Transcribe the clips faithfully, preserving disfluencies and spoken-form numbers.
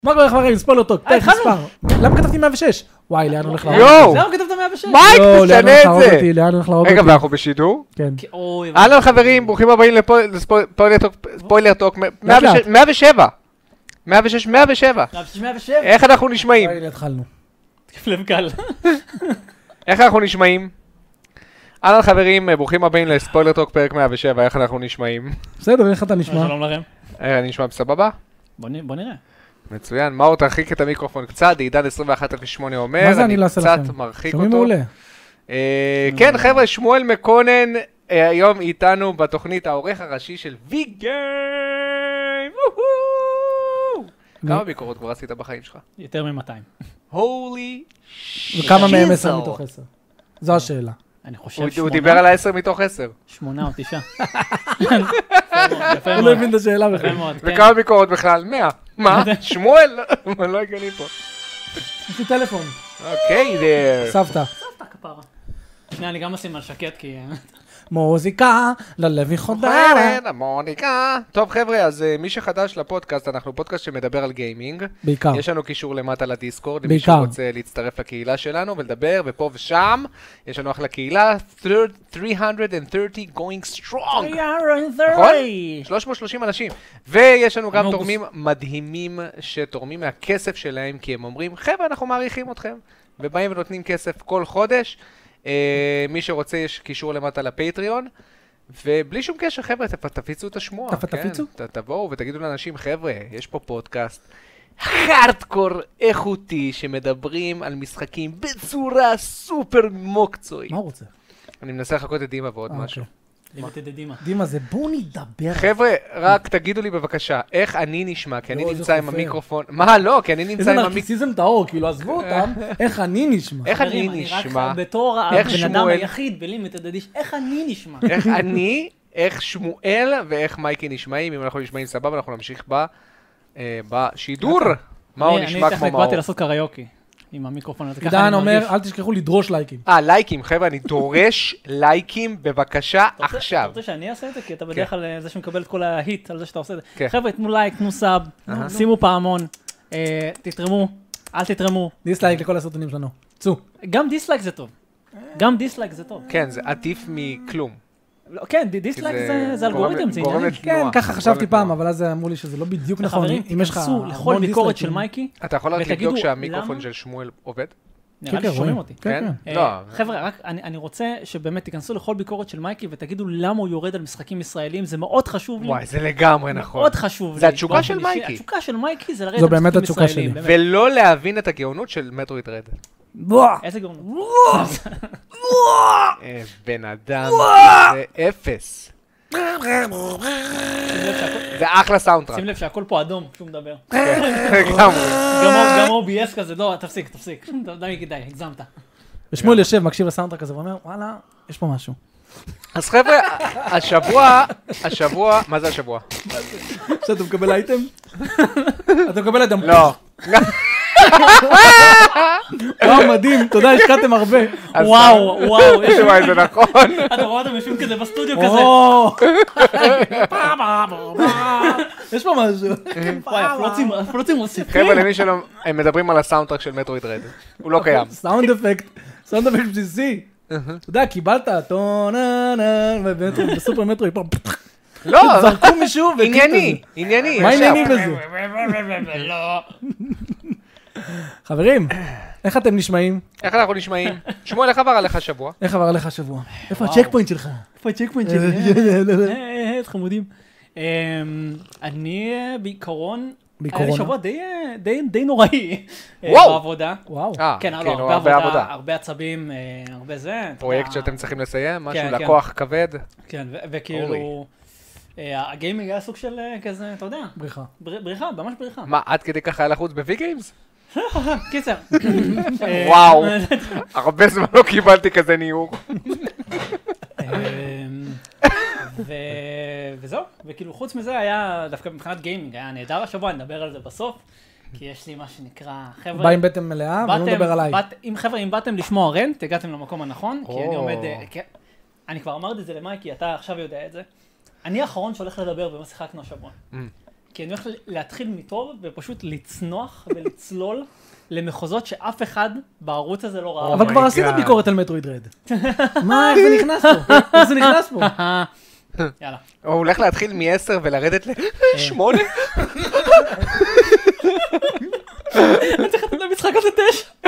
מה קורה חברים? ספוילר טוק, פרק מספר. למה כתבתי מאה ושש? וואי, לאן הולך להרוג? יואו! למה כתבת מאה ושש? מייק, תשנה את זה! לאן הולך להרוג אותי? רגע, ואנחנו בשידור? כן. אהלן חברים, ברוכים הבאים לספוילר טוק מאה ושבע. מאה ושש, מאה ושבע. מאה ושבע? איך אנחנו נשמעים? הנה התחלנו. כפלם קל. איך אנחנו נשמעים? אהלן חברים, ברוכים הבאים לספוילר טוק פרק מאה ושבע, איך אנחנו נשמעים? בסדר, איך אתה נשמע? שלום לכם. אני נשמע בסבבה? בוא נראה. מצוין, מאור תרחיק את המיקרופון קצת, עידן עשרים ואחת אפס שמונה אומר, מה זה אני לא אעשה לכם? קצת מרחיק שומעים אותו. מעולה. כן חבר'ה, שמואל מקונן היום איתנו בתוכנית העורך הראשי של וי גיים. כמה ביקורות כבר עשית בחיים שלך? יותר מ-מאתיים. הולי וכמה מהם עשר מתוך עשר? זו השאלה. אני חושב הוא שמונה. דיבר על ה-עשר מתוך עשר. שמונה או תשעה. הוא לא הבין את השאלה בכלל. יפה מאוד, כן. וכמה ביקורות בכלל? מאה. מה? שמואל? לא הגיוני פה. יש לי טלפון. אוקיי, there. סבתא. סבתא כפרה. שנייה, אני גם אשים על שקט כי... מוזיקה, ללב חודרת. חודרת, המוניקה. טוב חבר'ה, אז uh, מי שחדש לפודקאסט, אנחנו פודקאסט שמדבר על גיימינג. בעיקר. יש לנו קישור למטה לדיסקורד, למי בעיקר. שרוצה להצטרף לקהילה שלנו ולדבר, ופה ושם. יש לנו אחלה קהילה, שלוש מאות שלושים going strong. נכון? שלוש מאות ושלושים אנשים. ויש לנו גם תורמים מדהימים שתורמים מהכסף שלהם, כי הם אומרים, חבר'ה, אנחנו מעריכים אתכם. ובאים ונותנים כסף כל חודש. Uh, מי שרוצה יש קישור למטה לפטריון, ובלי שום קשר חבר'ה, תפיצו את השמועה, תפיצו? כן? תבואו ותגידו לאנשים, חבר'ה, יש פה פודקאסט הארדקור איכותי שמדברים על משחקים בצורה סופר מוקצועית. מה הוא רוצה? אני מנסה לחכות את דימה ועוד אה, משהו. לימדת את דימה. דימה, זה בואו נדבר. חבר'ה, רק תגידו לי בבקשה, איך אני נשמע, כי אני לא, זה נמצא עם חופר. המיקרופון. מה, לא, כי אני נמצא איזה עם המיקרופון. נרקיסיזם טהור, כאילו עזבו אותם, איך אני נשמע. איך אני חברים, נשמע? רק בתור איך הבן אדם שמואל? היחיד בלימדת אדיש, איך אני נשמע? איך אני, איך שמואל ואיך מייקי נשמעים. אם אנחנו נשמעים סבבה, אנחנו נמשיך ב, אה, בשידור. מה הוא אני- נשמע אני כמו תכף מאור. באתי לעשות קריוקי עם המיקרופון הזה, ככה עידן אני אומר, מרגיש. אל תשכחו לדרוש לייקים. אה, לייקים, חבר'ה, אני דורש לייקים בבקשה אתה רוצה- עכשיו. אתה רוצה שאני אעשה את זה? כי אתה בדרך כלל זה שמקבל את כל ההיט על זה שאתה עושה את זה. כן. חבר'ה, תנו לייק, תנו סאב, שימו פעמון, אה, תתרמו, אל תתרמו. דיסלייק לכל הסרטונים שלנו. צאו. גם דיסלייק זה טוב. גם דיסלייק זה טוב. כן, זה עדיף מכלום. לא, כן, די- דיסלייק זה זה- זה גורם- אלגוריתם, זה גורם עניינים. לתנועה. כן, ככה גורם חשבתי לתנועה. פעם, אבל אז אמרו לי שזה לא בדיוק נכון. חברים, אם יש לך תיכנסו לכל המון ביקורת דיסלייקים. של מייקי, אתה יכול רק ותגידו, לבדוק שהמיקרופון למה? של שמואל עובד? נראה לי כן, ששומעים רואים. אותי. כן, כן? כן. לא. אה, חבר'ה, רק אני אני רוצה שבאמת תיכנסו לכל ביקורת של מייקי ותגידו למה הוא יורד על משחקים ישראלים, זה מאוד חשוב לי. וואי, זה לגמרי נכון. מאוד חשוב לי. זה התשוקה באופן של אישי. מייקי. התשוקה של מייקי זה לרדת זו על באמת משחקים התשוקה ישראלים, שלי. באמת. ולא להבין את הגאונות של מטרויד רד. בוא. איזה גאונות? אה, בן אדם, זה אפס. שים לב שהכל- זה אחלה סאונדטראק. שים לב שהכל פה אדום כשהוא מדבר. לגמרי. גם ה- גם ה-או בי אס כזה, לא, תפסיק, תפסיק. די, די, הגזמת. ושמואל יושב, מקשיב לסאונדטרק הזה ואומר, וואלה, יש פה משהו. אז חבר'ה, השבוע, השבוע, מה זה השבוע? שאתה מקבל אייטם? אתה מקבל אייטם. לא. וואו, מדהים, תודה, השקעתם הרבה. אז- וואו, וואו, יש- וואי, זה נכון. אתה רואה אותם יושבים כזה בסטודיו כזה. או, יש פה משהו. וואי, הפלוצים, הפלוצים מוסיפים. חבר'ה, למי שלא, הם מדברים על הסאונדטראק של מטרויד רד. הוא לא קיים. סאונד אפקט, סאונד אפקט בסיסי. אתה יודע, קיבלת, טוננה, ובאמת בסופר מטרו, פה, לא, זרקו מישהו והקיפ את ענייני, זה. ענייני. מה ישר. העניינים בזה? לא. חברים, איך אתם נשמעים? איך אנחנו נשמעים? שמואל, איך עבר עליך השבוע? איך עבר עליך השבוע? איפה הצ'ק פוינט שלך? איפה הצ'ק פוינט שלי? אה, אה, אה, חמודים. אמ, אני אה, בעיקרון, היה לי בעיקרון. שבוע די, אה, די- די נוראי אה, וואו. בעבודה. וואו. אה, כן, היה כן, לו הוא הרבה הרבה עבודה, עבודה. הרבה עצבים, אה, הרבה זה. אתה פרויקט יודע, שאתם צריכים לסיים? משהו, כן, כן. לקוח כבד? כן, ו- וכאילו, אה, הגיימינג היה סוג של אה, כזה, אתה יודע, בריחה. בר- בריחה, ממש בריחה. מה, עד כדי ככה היה לחוץ בווי גיימס? קיצר. אה, וואו. הרבה זמן לא קיבלתי כזה ניור. אמ, ו- וזהו, וכאילו חוץ מזה היה דווקא מבחינת גיימינג, היה נהדר השבוע, נדבר על זה בסוף, כי יש לי מה שנקרא, חבר'ה, בא עם בטן מלאה, ולא באתם- מדבר עליי. באת- אם חבר'ה, אם באתם לשמוע רנט, הגעתם למקום הנכון, כי אני או. עומד, אה, כי- אני כבר אמרתי את זה למייקי, אתה עכשיו יודע את זה, אני האחרון שהולך לדבר במה שיחקנו השבוע. כי אני הולך להתחיל מטוב ופשוט לצנוח ולצלול למחוזות שאף אחד בערוץ הזה לא ראה. אבל כבר עשית ביקורת על מטרויד רד. מה, איך זה נכנס פה? איך זה נכנס פה? יאללה. הוא הולך להתחיל מ-עשר ולרדת ל-שמונה? אני צריך לתת למשחק הזה תשע.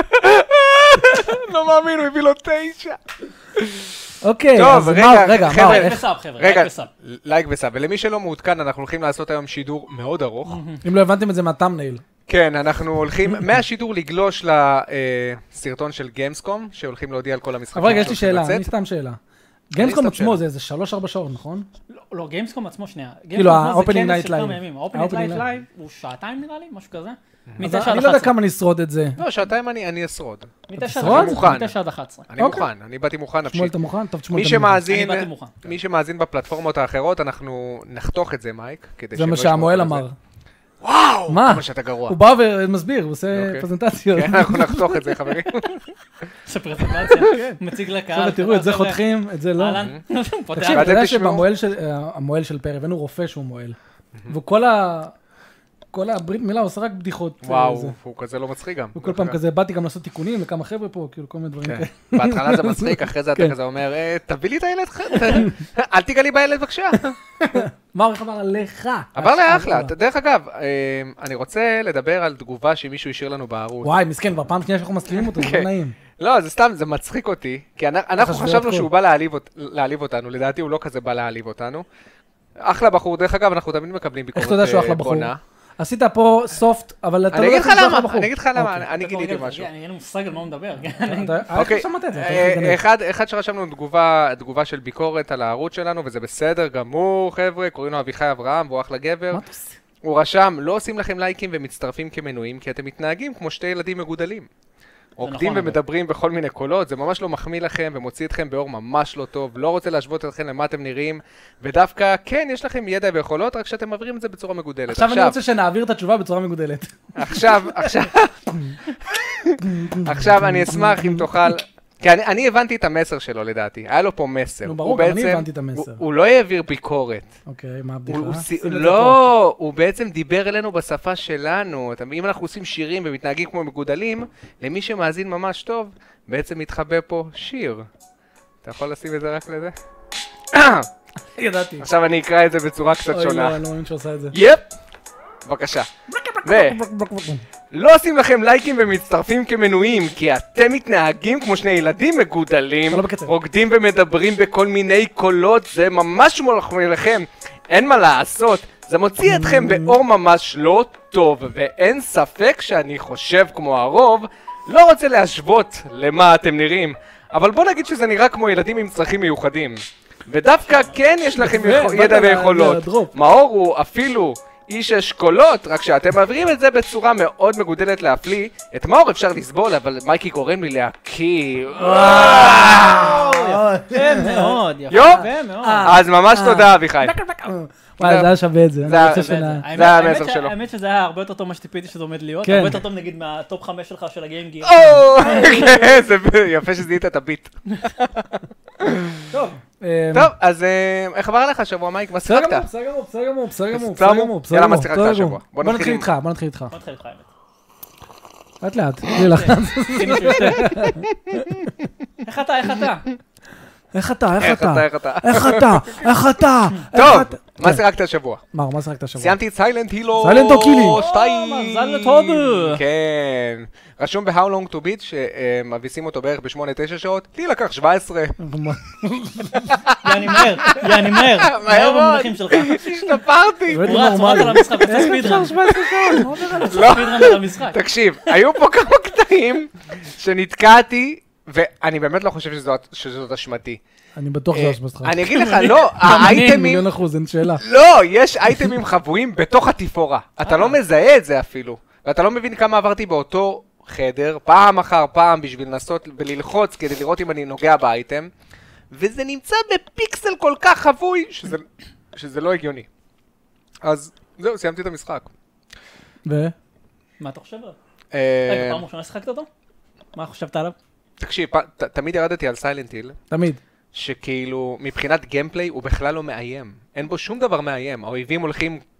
לא מאמין, הוא הביא לו תשע. אוקיי, טוב, אז רגע, מה, רגע, חבר'ה, מה, לייק איך... וסאב, חבר'ה, רגע, לייק וסאב. לייק וסאב. ולמי שלא מעודכן, אנחנו הולכים לעשות היום שידור מאוד ארוך. אם לא הבנתם את זה מהטאמנייל. כן, אנחנו הולכים מהשידור לגלוש לסרטון של גיימסקום, שהולכים להודיע על כל המשחקים. אבל רגע, יש לי שאלה, אני סתם שאלה. גיימסקום עצמו זה איזה שלוש ארבע שעות, נכון? לא, גיימסקום עצמו שנייה. כאילו, ה-Opening Night Live. ה-Opening Night Live הוא שעתיים נראה לי, משהו כזה. אני לא יודע כמה נשרוד את זה. לא, שעתיים אני אשרוד. מתשע עד אחת עשרה. אני מוכן, אני באתי מוכן נפשית. שמואל, אתה מוכן? טוב, שמואל, מי אתה מוכן. שמאזין, אני באתי מוכן. מי שמאזין בפלטפורמות האחרות, אנחנו נחתוך את זה, מייק, כדי זה שלא מה ישמעו שהמואל את זה. אמר. וואו! מה? כמה שאתה גרוע. הוא בא ומסביר, הוא עושה אוקיי. פרזנטציות. כן, אנחנו נחתוך את זה, חברים. זה פרזנטציה, מציג לקהל. עכשיו תראו, את זה חותכים, את זה לא. אהלן, פותח. תקשיב, אתה ואתם יודע תשמעו. שבמועל של פרא, הבאנו רופא שהוא מועל. וכל ה... כל הברית מילה עושה רק בדיחות. וואו, זה. הוא כזה לא מצחיק גם. וכל פעם כזה, באתי גם לעשות תיקונים לכמה חבר'ה פה, כאילו כל מיני דברים כן. כאלה. בהתחלה זה מצחיק, אחרי זה אתה כן. כזה אומר, "אה, תביא לי את הילד, אל תיגע לי בילד בבקשה. מה הולך אמר עליך? אבל לאחלה, דרך אגב, אה, אני רוצה לדבר על תגובה שמישהו השאיר לנו בערוץ. וואי, מסכן, כבר פעם שנייה שאנחנו מסכימים אותו, זה כן. לא נעים. לא, זה סתם, זה מצחיק אותי, כי אנ- אנחנו חשבו חשבנו הכל. שהוא בא להעליב אות- להעליב אותנו, לדעתי הוא לא כזה בא להעליב אותנו. אחלה בחור, דרך אגב, אנחנו תמיד מקבלים ביקורת איך אתה יודע שהוא אחלה אה, בחור? בונה. עשית פה סופט, אבל אתה לא אני אגיד לך יודע שהוא למה, אחלה בחור. אני אגיד לך למה, אוקיי. אני- אני גיליתי משהו. אין לי מושג על מה הוא מדבר. אתה- איך אוקיי, אתה שמעת את זה? אתה אה, הולך להתגנב. אחד, אחד שרשמנו תגובה, תגובה של ביקורת על הערוץ שלנו, וזה בסדר גמור, חבר'ה, קוראים לו אביחי אברהם, והוא אחלה גבר. מה אתה עושה? הוא רשם, לא עושים לכם לייקים ומצטרפים כמנויים, כי אתם מתנהגים כמו שתי ילדים מגודלים. רוקדים נכון, ומדברים בכל מיני קולות, זה ממש לא מחמיא לכם ומוציא אתכם באור ממש לא טוב, לא רוצה להשוות אתכם למה אתם נראים, ודווקא, כן, יש לכם ידע ויכולות, רק שאתם מעבירים את זה בצורה מגודלת. עכשיו אני רוצה שנעביר את התשובה בצורה מגודלת. עכשיו, עכשיו, עכשיו אני אשמח אם תוכל, כי אני, אני הבנתי את המסר שלו לדעתי, היה לו פה מסר. נו, ברור, הוא גם אני בעצם- הבנתי את המסר. הוא, הוא לא העביר ביקורת. אוקיי, מה הבדיחה? הוא, הוא, סי- שים את זה פה. לא, הוא בעצם דיבר אלינו בשפה שלנו. אתה מבין, אם אנחנו עושים שירים ומתנהגים כמו מגודלים, למי שמאזין ממש טוב, בעצם מתחבא פה שיר. אתה יכול לשים את זה רק לזה? ידעתי. עכשיו אני אקרא את זה בצורה קצת אוי, שונה. לא, אני לא מאמין שעושה את זה. יפ! בבקשה. ו... לא עושים לכם לייקים ומצטרפים כמנויים, כי אתם מתנהגים כמו שני ילדים מגודלים, אתה לא בקצב. רוקדים ומדברים בכל מיני קולות, זה ממש מולחמי לכם, אין מה לעשות, זה מוציא אתכם באור ממש לא טוב, ואין ספק שאני חושב כמו הרוב, לא רוצה להשוות למה אתם נראים, אבל בוא נגיד שזה נראה כמו ילדים עם צרכים מיוחדים. ודווקא כן יש לכם יפה, ידע באת ויכולות, לדרופ. מאור הוא אפילו איש אשכולות, רק שאתם מעבירים את זה בצורה מאוד מגודלת להפליא. את מאור אפשר לסבול, אבל מייקי גורם לי להקיא. יפה מאוד, יפה יופ. מאוד. אז ממש תודה, אביחי. וואי, זה היה שווה את זה. זה- אני רוצה זה- שנה. האמת- זה האמת המסר ש- שלו. האמת שזה היה הרבה יותר טוב מה שטיפיתי שזה עומד להיות, כן. הרבה יותר טוב נגיד מהטופ חמש שלך של הגיים גיר. או, כן, זה יפה שזיהית את הביט. טוב. טוב, אז אה, איך עבר לך השבוע, מייק? מה בסדר שיחקת? גמור, בסדר גמור, בסדר גמור, בסדר גמור, בסדר בסדר גמור? גמור, בסדר יאללה, מה גמור, שיחקת בסדר השבוע? גמור. בוא בוא נתחיל נתחיל עם- איתך, בוא נתחיל איתך. בוא נתחיל איתך האמת. לאט לאט, בלי לחץ. חיני שהוא ישתה. איך אתה, איך אתה? איך אתה, איך איך אתה? אתה, איך אתה? איך אתה? איך אתה? טוב, איך אתה? מה כן. שיחקת השבוע? מה, מה שיחקת השבוע? סיימתי את סיילנט הילו Silent Hill Killing. שתיים. או, מזל טוב. כן. רשום ב-How Long to Beat שמביסים אותו בערך ב-שמונה תשע שעות. לי לקח שבע עשרה. יעני מהר, יעני מהר. מהר במונחים שלך. השתפרתי. באמת הוא רץ, הוא רץ על המשחק, עושה ספידרן. לא. ספידרן על המשחק. תקשיב, היו פה כמה קטעים שנתקעתי, ואני באמת לא חושב שזאת- שזאת אשמתי. אני בטוח שזה אשמתך. אני אגיד לך, לא, האייטמים... מיליון אחוז, אין שאלה. לא, יש אייטמים חבויים בתוך התפאורה. אתה לא מזהה את זה אפילו. ואתה לא מבין כמה עברתי באותו חדר, פעם אחר פעם בשביל לנסות וללחוץ כדי לראות אם אני נוגע באייטם, וזה נמצא בפיקסל כל כך חבוי, שזה, שזה לא הגיוני. אז זהו, סיימתי את המשחק. ו? מה אתה חושב עליו? אה, רגע, פעם ראשונה שחקת אותו? מה חשבת עליו? תקשיב, פ- ת- תמיד ירדתי על סיילנט היל, תמיד. שכאילו מבחינת גיימפליי הוא בכלל לא מאיים. אין בו שום דבר מאיים. האויבים הולכים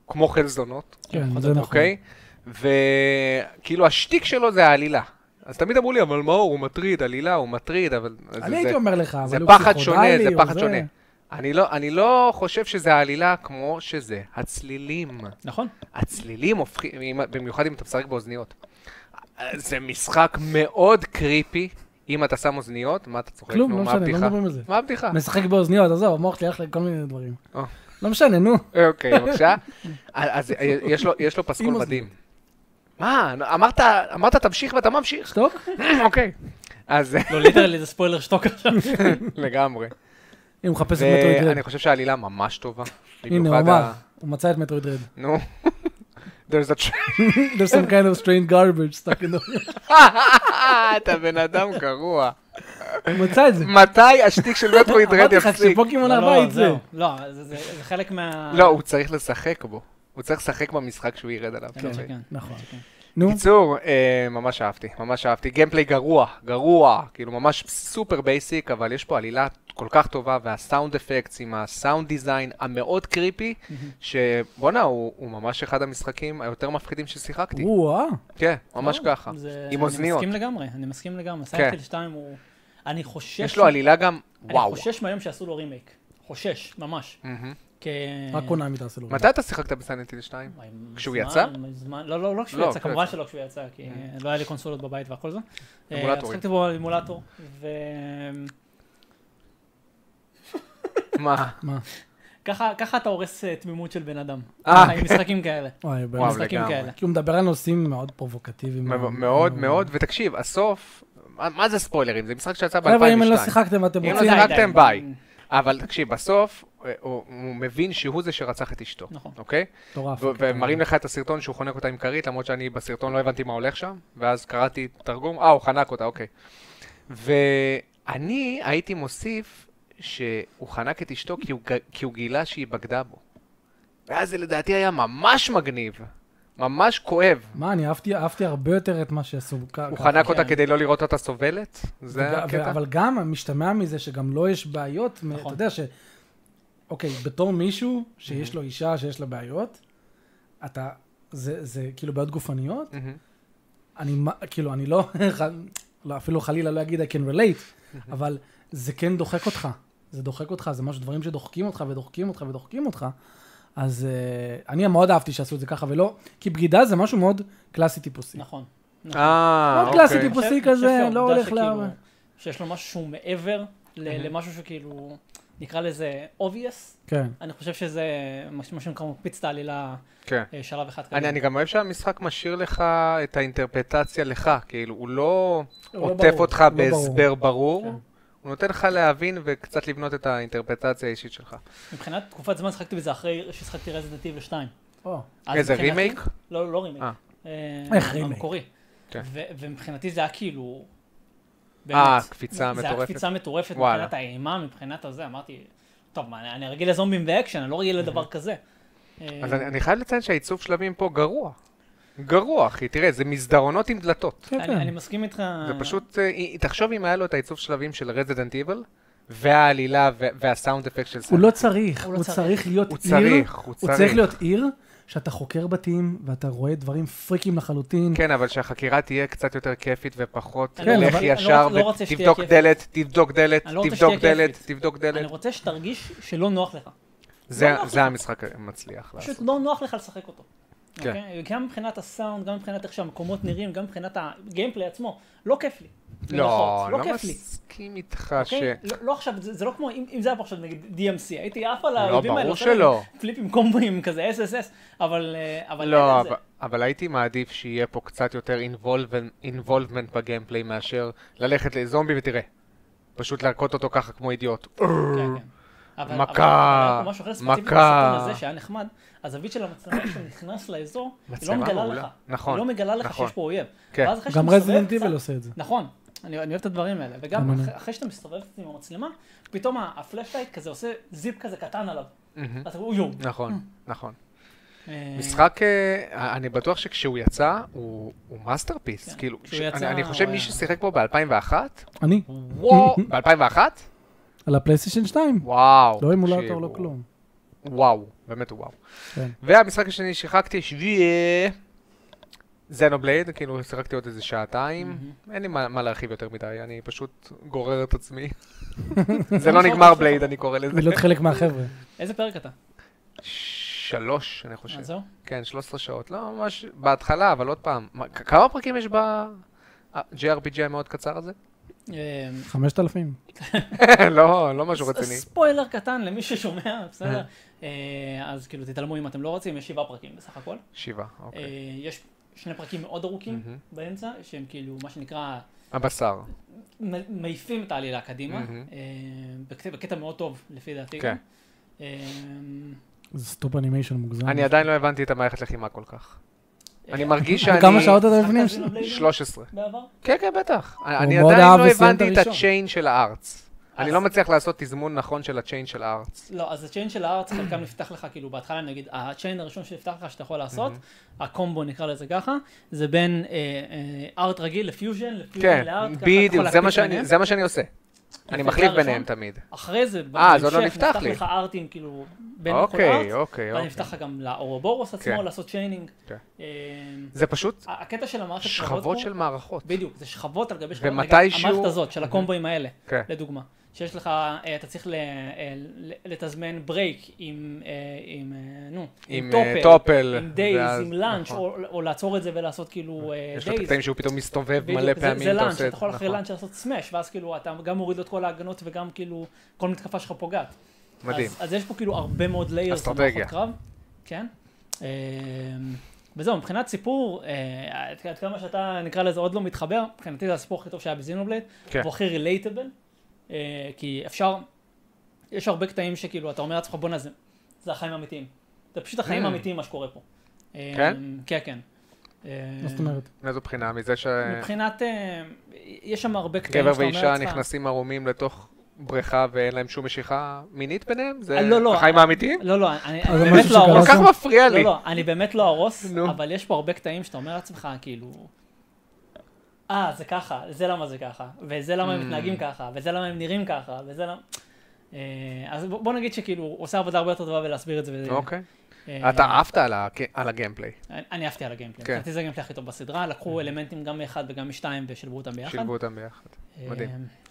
כמו חלזונות. כן, זה נכון. אוקיי? וכאילו השטיק שלו זה העלילה. אז תמיד אמרו לי, אבל מאור, הוא מטריד, עלילה, הוא מטריד, אבל... אני הייתי אומר לך, אבל זה הוא פחד שונה, פסיכודלי, זה הוא פחד זה. שונה. אני לא, אני לא חושב שזה העלילה כמו שזה. הצלילים. נכון. הצלילים הופכים, במיוחד אם אתה משחק באוזניות. זה משחק מאוד קריפי. אם אתה שם אוזניות, מה אתה צוחק? כלום, נו, לא מה משנה, לא הבדיחה? מדברים על זה. מה הבדיחה? משחק באוזניות, עזוב, המוח שלי הלך לכל מיני דברים. או. לא משנה, נו. אוקיי, בבקשה. אז יש לו, יש לו פסקול מדהים. מה? אמרת, אמרת תמשיך ואתה ממשיך. שתוק? אוקיי. אז... לא, ליטרלי זה ספוילר שתוק עכשיו. לגמרי. אם הוא מחפש את מטרויד רד. ואני חושב שהעלילה ממש טובה. הנה, הוא אמר, הוא מצא את מטרויד רד. נו. There's a train. There's some kind of strange garbage stuck in the... אתה בן אדם גרוע. הוא מצא את זה. מתי השטיק של מטרויד רד אמרתי לך יפסיק? שפוקימון ארבע יצא. לא, זה חלק מה... לא, הוא צריך לשחק בו. הוא צריך לשחק במשחק שהוא ירד עליו. נכון. קיצור, ממש אהבתי, ממש אהבתי. גיימפליי גרוע, גרוע, כאילו ממש סופר בייסיק, אבל יש פה עלילה כל כך טובה, והסאונד אפקטס עם הסאונד דיזיין המאוד קריפי, שבואנה, הוא ממש אחד המשחקים היותר מפחידים ששיחקתי. וואה. כן, ממש ככה, עם אוזניות. אני מסכים לגמרי, אני מסכים לגמרי. סיילנט היל שתיים הוא... אני חושש... יש לו עלילה גם, וואו. אני חושש מהיום שעשו לו רימייק. חושש, ממש. רק קונאמי תעשה לו. מתי אתה שיחקת בסיילנט היל שתיים? כשהוא יצא? לא, לא, לא כשהוא יצא, כמובן שלא כשהוא יצא, כי לא היה לי קונסולות בבית והכל זה. אימולטורים. שיחקתי בו על אימולטור, ו... מה? מה? ככה אתה הורס תמימות של בן אדם. אה. עם משחקים כאלה. וואי, וואו, משחקים לגמרי. כאלה. כי הוא מדבר על נושאים מאוד פרובוקטיביים. מאוד מאוד, ותקשיב, הסוף, מה זה ספוילרים? זה משחק שיצא חבר'ה, ב-אלפיים ושתיים. אם לא שיחקתם ואתם אם לא רוצים... שיחקתם, ביי. אבל תקשיב, בסוף הוא מבין שהוא זה שרצח את אשתו, נכון. אוקיי? מטורף. ומראים לך את הסרטון שהוא חונק אותה עם כרית, למרות שאני בסרטון לא הבנתי מה הולך שם, ואז קראתי תרגום, אה, הוא חנק אותה, אוקיי. ואני הייתי מוסיף שהוא חנק את אשתו כי הוא, כי הוא גילה שהיא בגדה בו. ואז זה לדעתי היה ממש מגניב, ממש כואב. מה, אני אהבתי, אהבתי הרבה יותר את מה שעשו. הוא חנק אותה כדי לא לראות אותה סובלת? זה הקטע? אבל גם משתמע מזה שגם לא יש בעיות, אתה יודע ש... אוקיי, בתור מישהו שיש לו אישה שיש לה בעיות, אתה, זה, זה כאילו בעיות גופניות, אני, כאילו, אני לא, אפילו חלילה לא אגיד I can relate, אבל זה כן דוחק אותך, זה דוחק אותך, זה משהו, דברים שדוחקים אותך ודוחקים אותך ודוחקים אותך, אז אני מאוד אהבתי שעשו את זה ככה, ולא, כי בגידה זה משהו מאוד קלאסי טיפוסי. נכון. אה, מאוד קלאסי טיפוסי כזה, לא הולך להרבה. שיש לו משהו שהוא מעבר למשהו שכאילו... נקרא לזה obvious. כן. אני חושב שזה משהו שנקרא מקפיץ את העלילה שלב אחד כזה. אני גם אוהב שהמשחק משאיר לך את האינטרפטציה לך, כאילו הוא לא עוטף אותך בהסבר ברור, הוא נותן לך להבין וקצת לבנות את האינטרפטציה האישית שלך. מבחינת תקופת זמן שחקתי בזה אחרי ששחקתי רזידנט איבל שתיים. איזה רימייק? לא, לא רימייק. איך רימייק? המקורי. ומבחינתי זה היה כאילו... אה, קפיצה מטורפת. זה היה קפיצה מטורפת מבחינת האימה, מבחינת הזה, אמרתי, טוב, אני רגיל לזומבים באקשן, אני לא רגיל לדבר כזה. אז אני חייב לציין שהעיצוב שלבים פה גרוע. גרוע, אחי, תראה, זה מסדרונות עם דלתות. אני מסכים איתך... זה פשוט, תחשוב אם היה לו את העיצוב שלבים של רזידנט איבל, והעלילה והסאונד אפקט של הוא לא צריך, הוא צריך להיות עיר. הוא צריך, הוא צריך. הוא צריך להיות עיר. שאתה חוקר בתים, ואתה רואה דברים פריקים לחלוטין. כן, אבל שהחקירה תהיה קצת יותר כיפית ופחות, לך ישר ותבדוק דלת, תבדוק דלת, תבדוק דלת, תבדוק דלת. אני רוצה שתרגיש שלא נוח לך. זה המשחק מצליח לעשות. פשוט לא נוח לך לשחק אותו. גם מבחינת הסאונד, גם מבחינת איך שהמקומות נראים, גם מבחינת הגיימפליי עצמו, לא כיף לי. לא, לא מסכים איתך ש... לא עכשיו, זה לא כמו, אם זה היה פה עכשיו נגיד די אם סי, הייתי אף על היובים האלה, לא, ברור שלא. פליפים קומבויים כזה, אס אס אס, אבל לא, אבל הייתי מעדיף שיהיה פה קצת יותר involvement בגיימפליי מאשר ללכת לזומבי ותראה, פשוט להרקות אותו ככה כמו אידיוט. כן, כן. מכה, אבל משהו אחר ספציפי בסרטון הזה שהיה נחמד, הזווית של המצלמה שהוא נכנס לאזור, היא לא מגלה לך. נכון. היא לא מגלה לך שיש פה אויב. גם רזידנט איבל עושה את זה. נכון. אני אוהב את הדברים האלה, וגם אחרי שאתה מסתובב עם המצלמה, פתאום הפלאשלייט כזה עושה זיפ כזה קטן עליו. אז הוא יום. נכון, נכון. משחק, אני בטוח שכשהוא יצא, הוא מאסטרפיס. כאילו, אני חושב מי ששיחק פה ב-אלפיים ואחת. אני. וואו, ב-אלפיים ואחת? על הפלייסטיישן שתיים. וואו. לא אמולטור, לא כלום. וואו, באמת וואו. והמשחק השני ששיחקתי, שביעי, זנובלייד, כאילו שיחקתי עוד איזה שעתיים, אין לי מה להרחיב יותר מדי, אני פשוט גורר את עצמי. זה לא נגמר בלייד, אני קורא לזה. ולהיות חלק מהחבר'ה. איזה פרק אתה? שלוש, אני חושב. זהו? כן, שלוש עשרה שעות, לא ממש בהתחלה, אבל עוד פעם. כמה פרקים יש ב-ג'יי אר פי ג'י המאוד קצר הזה? חמשת אלפים. לא, לא משהו רציני. ספוילר קטן למי ששומע, בסדר? אז כאילו תתעלמו אם אתם לא רוצים, יש שבעה פרקים בסך הכל. שבעה, אוקיי. יש שני פרקים מאוד ארוכים באמצע, שהם כאילו מה שנקרא... הבשר. מעיפים את העלילה קדימה, בקטע מאוד טוב לפי דעתי. כן. זה סטופ אנימיישן מוגזם. אני עדיין לא הבנתי את המערכת לחימה כל כך. אני מרגיש שאני... כמה שעות אתה בפנים? שלוש עשרה. בעבר? כן, כן, בטח. אני עדיין לא הבנתי את הצ'יין של הארץ. אני לא מצליח לעשות תזמון נכון של הצ'יין של הארץ. לא, אז הצ'יין של הארץ חלקם נפתח לך, כאילו בהתחלה נגיד, הצ'יין הראשון שנפתח לך שאתה יכול לעשות, הקומבו נקרא לזה ככה, זה בין ארט רגיל לפיוז'ן, לפיוז'ן לארט. כן, בדיוק, זה מה שאני עושה. אני מחליף ביניהם תמיד. אחרי זה, בהמשך, נפתח לך ארטים כאילו בין כל ארט, ונפתח לך גם לאורובורוס עצמו לעשות צ'יינינג. זה פשוט שכבות של מערכות. בדיוק, זה שכבות על גבי שכבות. ומתישהו... המערכת הזאת של הקומבואים האלה, לדוגמה. שיש לך, אתה צריך לתזמן ברייק עם, נו, עם טופל, עם דייז, עם לאנץ', או לעצור את זה ולעשות כאילו דייז. יש לך קטעים שהוא פתאום מסתובב מלא פעמים. זה לאנץ', אתה יכול אחרי לאנץ' לעשות סמש, ואז כאילו אתה גם מוריד את כל ההגנות וגם כאילו כל מתקפה שלך פוגעת. מדהים. אז יש פה כאילו הרבה מאוד ליירס במערכות קרב. כן. וזהו, מבחינת סיפור, עד כמה שאתה נקרא לזה עוד לא מתחבר, מבחינתי זה הסיפור הכי טוב שהיה בזינובלייד, והוא הכי רילייטבל. כי אפשר, יש הרבה קטעים שכאילו אתה אומר לעצמך בוא נזה, זה החיים האמיתיים. זה פשוט החיים האמיתיים מה שקורה פה. כן? כן, כן. מה זאת אומרת? מאיזו בחינה? מזה ש... מבחינת, יש שם הרבה קטעים גבר ואישה נכנסים ערומים לתוך בריכה ואין להם שום משיכה מינית ביניהם? זה לא, החיים האמיתיים? לא, לא, אני באמת לא ארוס. כל כך מפריע לי. לא, לא, אני באמת לא ארוס, אבל יש פה הרבה קטעים שאתה אומר לעצמך כאילו... אה, זה ככה, זה למה זה ככה, וזה למה הם מתנהגים ככה, וזה למה הם נראים ככה, וזה למה... אז בוא נגיד שכאילו, הוא עושה עבודה הרבה יותר טובה ולהסביר את זה. אוקיי. אתה אהבת על הגיימפליי. אני אהבתי על הגיימפליי. לדעתי זה הגיימפליי הכי טוב בסדרה, לקחו אלמנטים גם מאחד וגם משתיים ושילבו אותם ביחד. שילבו אותם ביחד, מדהים.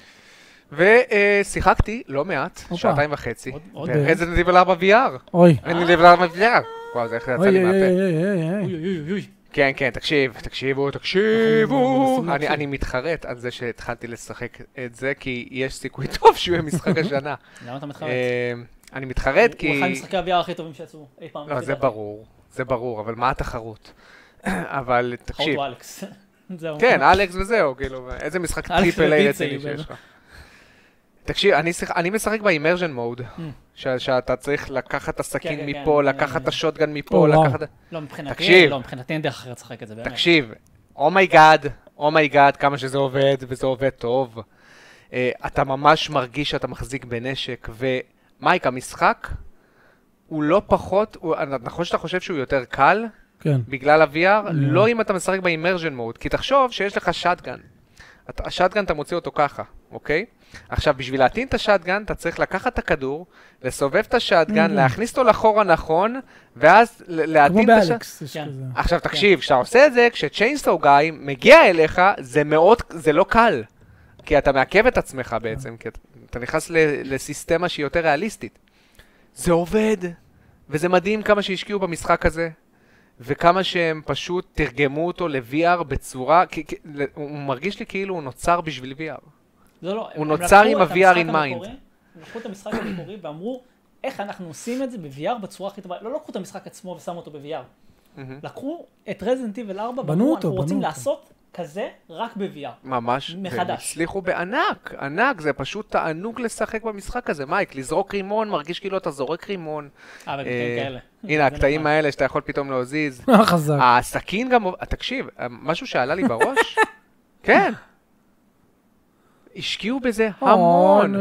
ושיחקתי לא מעט, שעתיים וחצי, ברזידנט איבל ארבע וי אר. אוי. רזידנט איבל ארבע וי אר. וואו, זה איך זה יצא לי מהפה. אוי, אוי, אוי, אוי. כן, כן, תקשיב, תקשיבו, תקשיבו. אני מתחרט על זה שהתחלתי לשחק את זה, כי יש סיכוי טוב שהוא יהיה משחק השנה. למה אתה מתחרט? אני מתחרט כי... הוא אחד משחקי ה-וי אר הכי טובים שיצאו אי פעם. לא, זה ברור, זה ברור, אבל מה התחרות? אבל תקשיב. חוטו אלכס. כן, אלכס וזהו, כאילו, איזה משחק טריפל איי רציני שיש לך. תקשיב, אני משחק באימרז'ן מוד, שאתה צריך לקחת את הסכין מפה, לקחת את השוטגן מפה, לקחת... לא, מבחינתי, לא, מבחינתי אין דרך אחרת לשחק את זה, באמת. תקשיב, אומייגאד, אומייגאד, כמה שזה עובד, וזה עובד טוב. אתה ממש מרגיש שאתה מחזיק בנשק, ומייק, המשחק הוא לא פחות, נכון שאתה חושב שהוא יותר קל, בגלל ה-וי אר, לא אם אתה משחק באימרז'ן מוד, כי תחשוב שיש לך שטגן. השטגן אתה מוציא אותו ככה, אוקיי? עכשיו, בשביל להטעין את השטגן, אתה צריך לקחת את הכדור, לסובב את השטגן, להכניס אותו לחור הנכון, ואז להטעין את השטגן. עכשיו, תקשיב, כשאתה עושה את זה, כשצ'יינסטו גאי מגיע אליך, זה מאוד, זה לא קל. כי אתה מעכב את עצמך בעצם, כי אתה נכנס לסיסטמה שהיא יותר ריאליסטית. זה עובד, וזה מדהים כמה שהשקיעו במשחק הזה. וכמה שהם פשוט תרגמו אותו ל-וי אר בצורה, הוא מרגיש לי כאילו הוא נוצר בשביל וי אר. לא, לא. הוא נוצר עם ה-וי אר in mind. הם לקחו את המשחק המקורי ואמרו, איך אנחנו עושים את זה ב-וי אר בצורה הכי טובה. לא לקחו את המשחק עצמו ושמו אותו ב-וי אר. לקחו את רזידנט איבל ארבע, בנו אנחנו רוצים לעשות כזה רק ב-וי אר. ממש. מחדש. והם הצליחו בענק, ענק. זה פשוט תענוג לשחק במשחק הזה. מייק, לזרוק רימון, מרגיש כאילו אתה זורק רימון. אה, וקטעים כאלה. הנה, הקטעים האלה שאתה יכול פתאום להוזיז. חזק. הסכין גם, תקשיב, משהו שעלה לי בראש, כן. השקיעו בזה המון,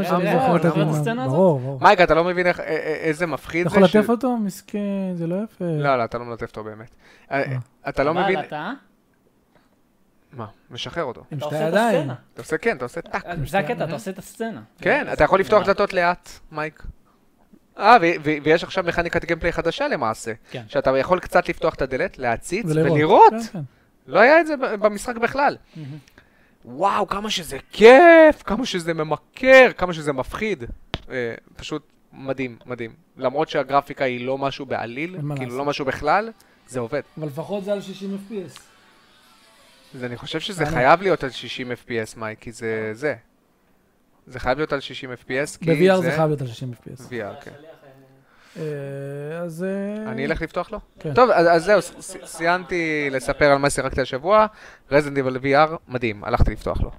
המון. מייק, אתה לא מבין איזה מפחיד זה. אתה יכול לטף אותו? מסכן, זה לא יפה. לא, לא, אתה לא מלטף אותו באמת. אתה לא מבין... אבל אתה... מה? משחרר אותו. אתה עושה את הסצנה. אתה עושה, כן, אתה עושה טאק. זה הקטע, אתה עושה את הסצנה. כן, אתה יכול לפתוח דלתות לאט, מייק. אה, ויש עכשיו מכניקת גיימפליי חדשה למעשה. כן. שאתה יכול קצת לפתוח את הדלת, להציץ ולראות. לא היה את זה במשחק בכלל. וואו, כמה שזה כיף, כמה שזה ממכר, כמה שזה מפחיד. פשוט מדהים, מדהים. למרות שהגרפיקה היא לא משהו בעליל, כאילו לא משהו בכלל, זה עובד. אבל לפחות זה על שישים אף פי אס. אז אני חושב שזה חייב להיות על שישים אף פי אס, מייק, כי זה זה. זה חייב להיות על שישים אף פי אס, כי זה... ב-וי אר זה חייב להיות על שישים אף פי אס. וי אר, כן. אז... אני אלך לפתוח לו? טוב, אז זהו, סיימתי לספר על מה שיחקתי השבוע. Resident Evil וי אר, מדהים, הלכתי לפתוח לו.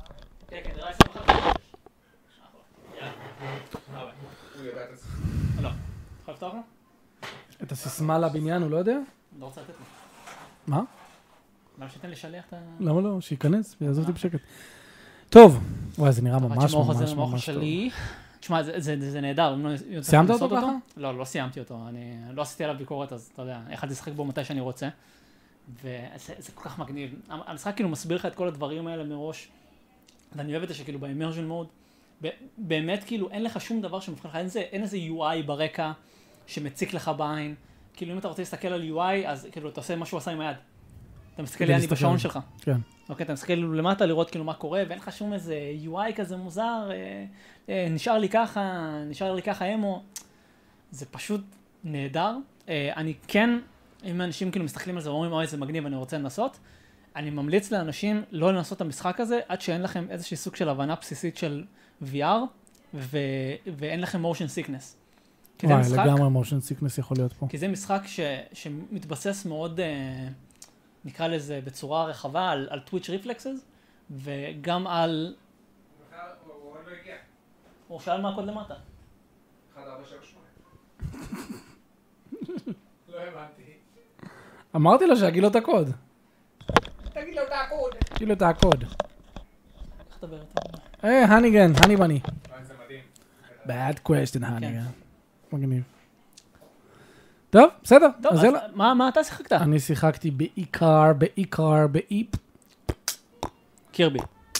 את הסיסמה לבניין הוא לא יודע? לא רוצה לתת לו. מה? למה שתן לשלח את ה... למה לא? שייכנס ויעזוב אותי בשקט. טוב, וואי, זה נראה ממש ממש ממש טוב. תשמע, זה נהדר. סיימת אותו ככה? לא, לא סיימתי אותו. אני לא עשיתי עליו ביקורת, אז אתה יודע, איך לשחק בו מתי שאני רוצה. וזה כל כך מגניב. המשחק כאילו מסביר לך את כל הדברים האלה מראש. ואני אוהב את זה שכאילו באמרז'ן מוד, באמת כאילו אין לך שום דבר שמבחן לך, אין איזה יו איי ברקע שמציק לך בעין. כאילו אם אתה רוצה להסתכל על יו איי, אז כאילו אתה עושה משהו עשה עם היד. אתה מסתכל לי בשעון שלך. כן. אוקיי, אתה מסתכל למטה לראות כאילו מה קורה, ואין לך שום איזה יו איי כזה מוזר, אה, אה, נשאר לי ככה, נשאר לי ככה אמו. זה פשוט נהדר. אה, אני כן, אם אנשים כאילו מסתכלים על זה ואומרים, אוי, זה מגניב, אני רוצה לנסות, אני ממליץ לאנשים לא לנסות את המשחק הזה, עד שאין לכם איזושהי סוג של הבנה בסיסית של וי אר, ו... ואין לכם motion sickness. וואי, לגמרי motion sickness יכול להיות פה. כי זה משחק ש... שמתבסס מאוד... אה, נקרא לזה בצורה רחבה על, על Twitch Reflexes, וגם על... הוא עוד לא הגיע. הוא שאל מה הקוד למטה. אחד ארבע שבע שמונה. לא הבנתי. אמרתי לו שיגיד לו את הקוד. תגיד לו את הקוד. תגיד לו את הקוד. איך תדבר איתו? היי, הניגן, הני בני. זה מדהים. bad question, הניגן. מגניב. טוב, בסדר. טוב, אז מה, מה אתה שיחקת? אני שיחקתי בעיקר, בעיקר, באיפ. קירבי.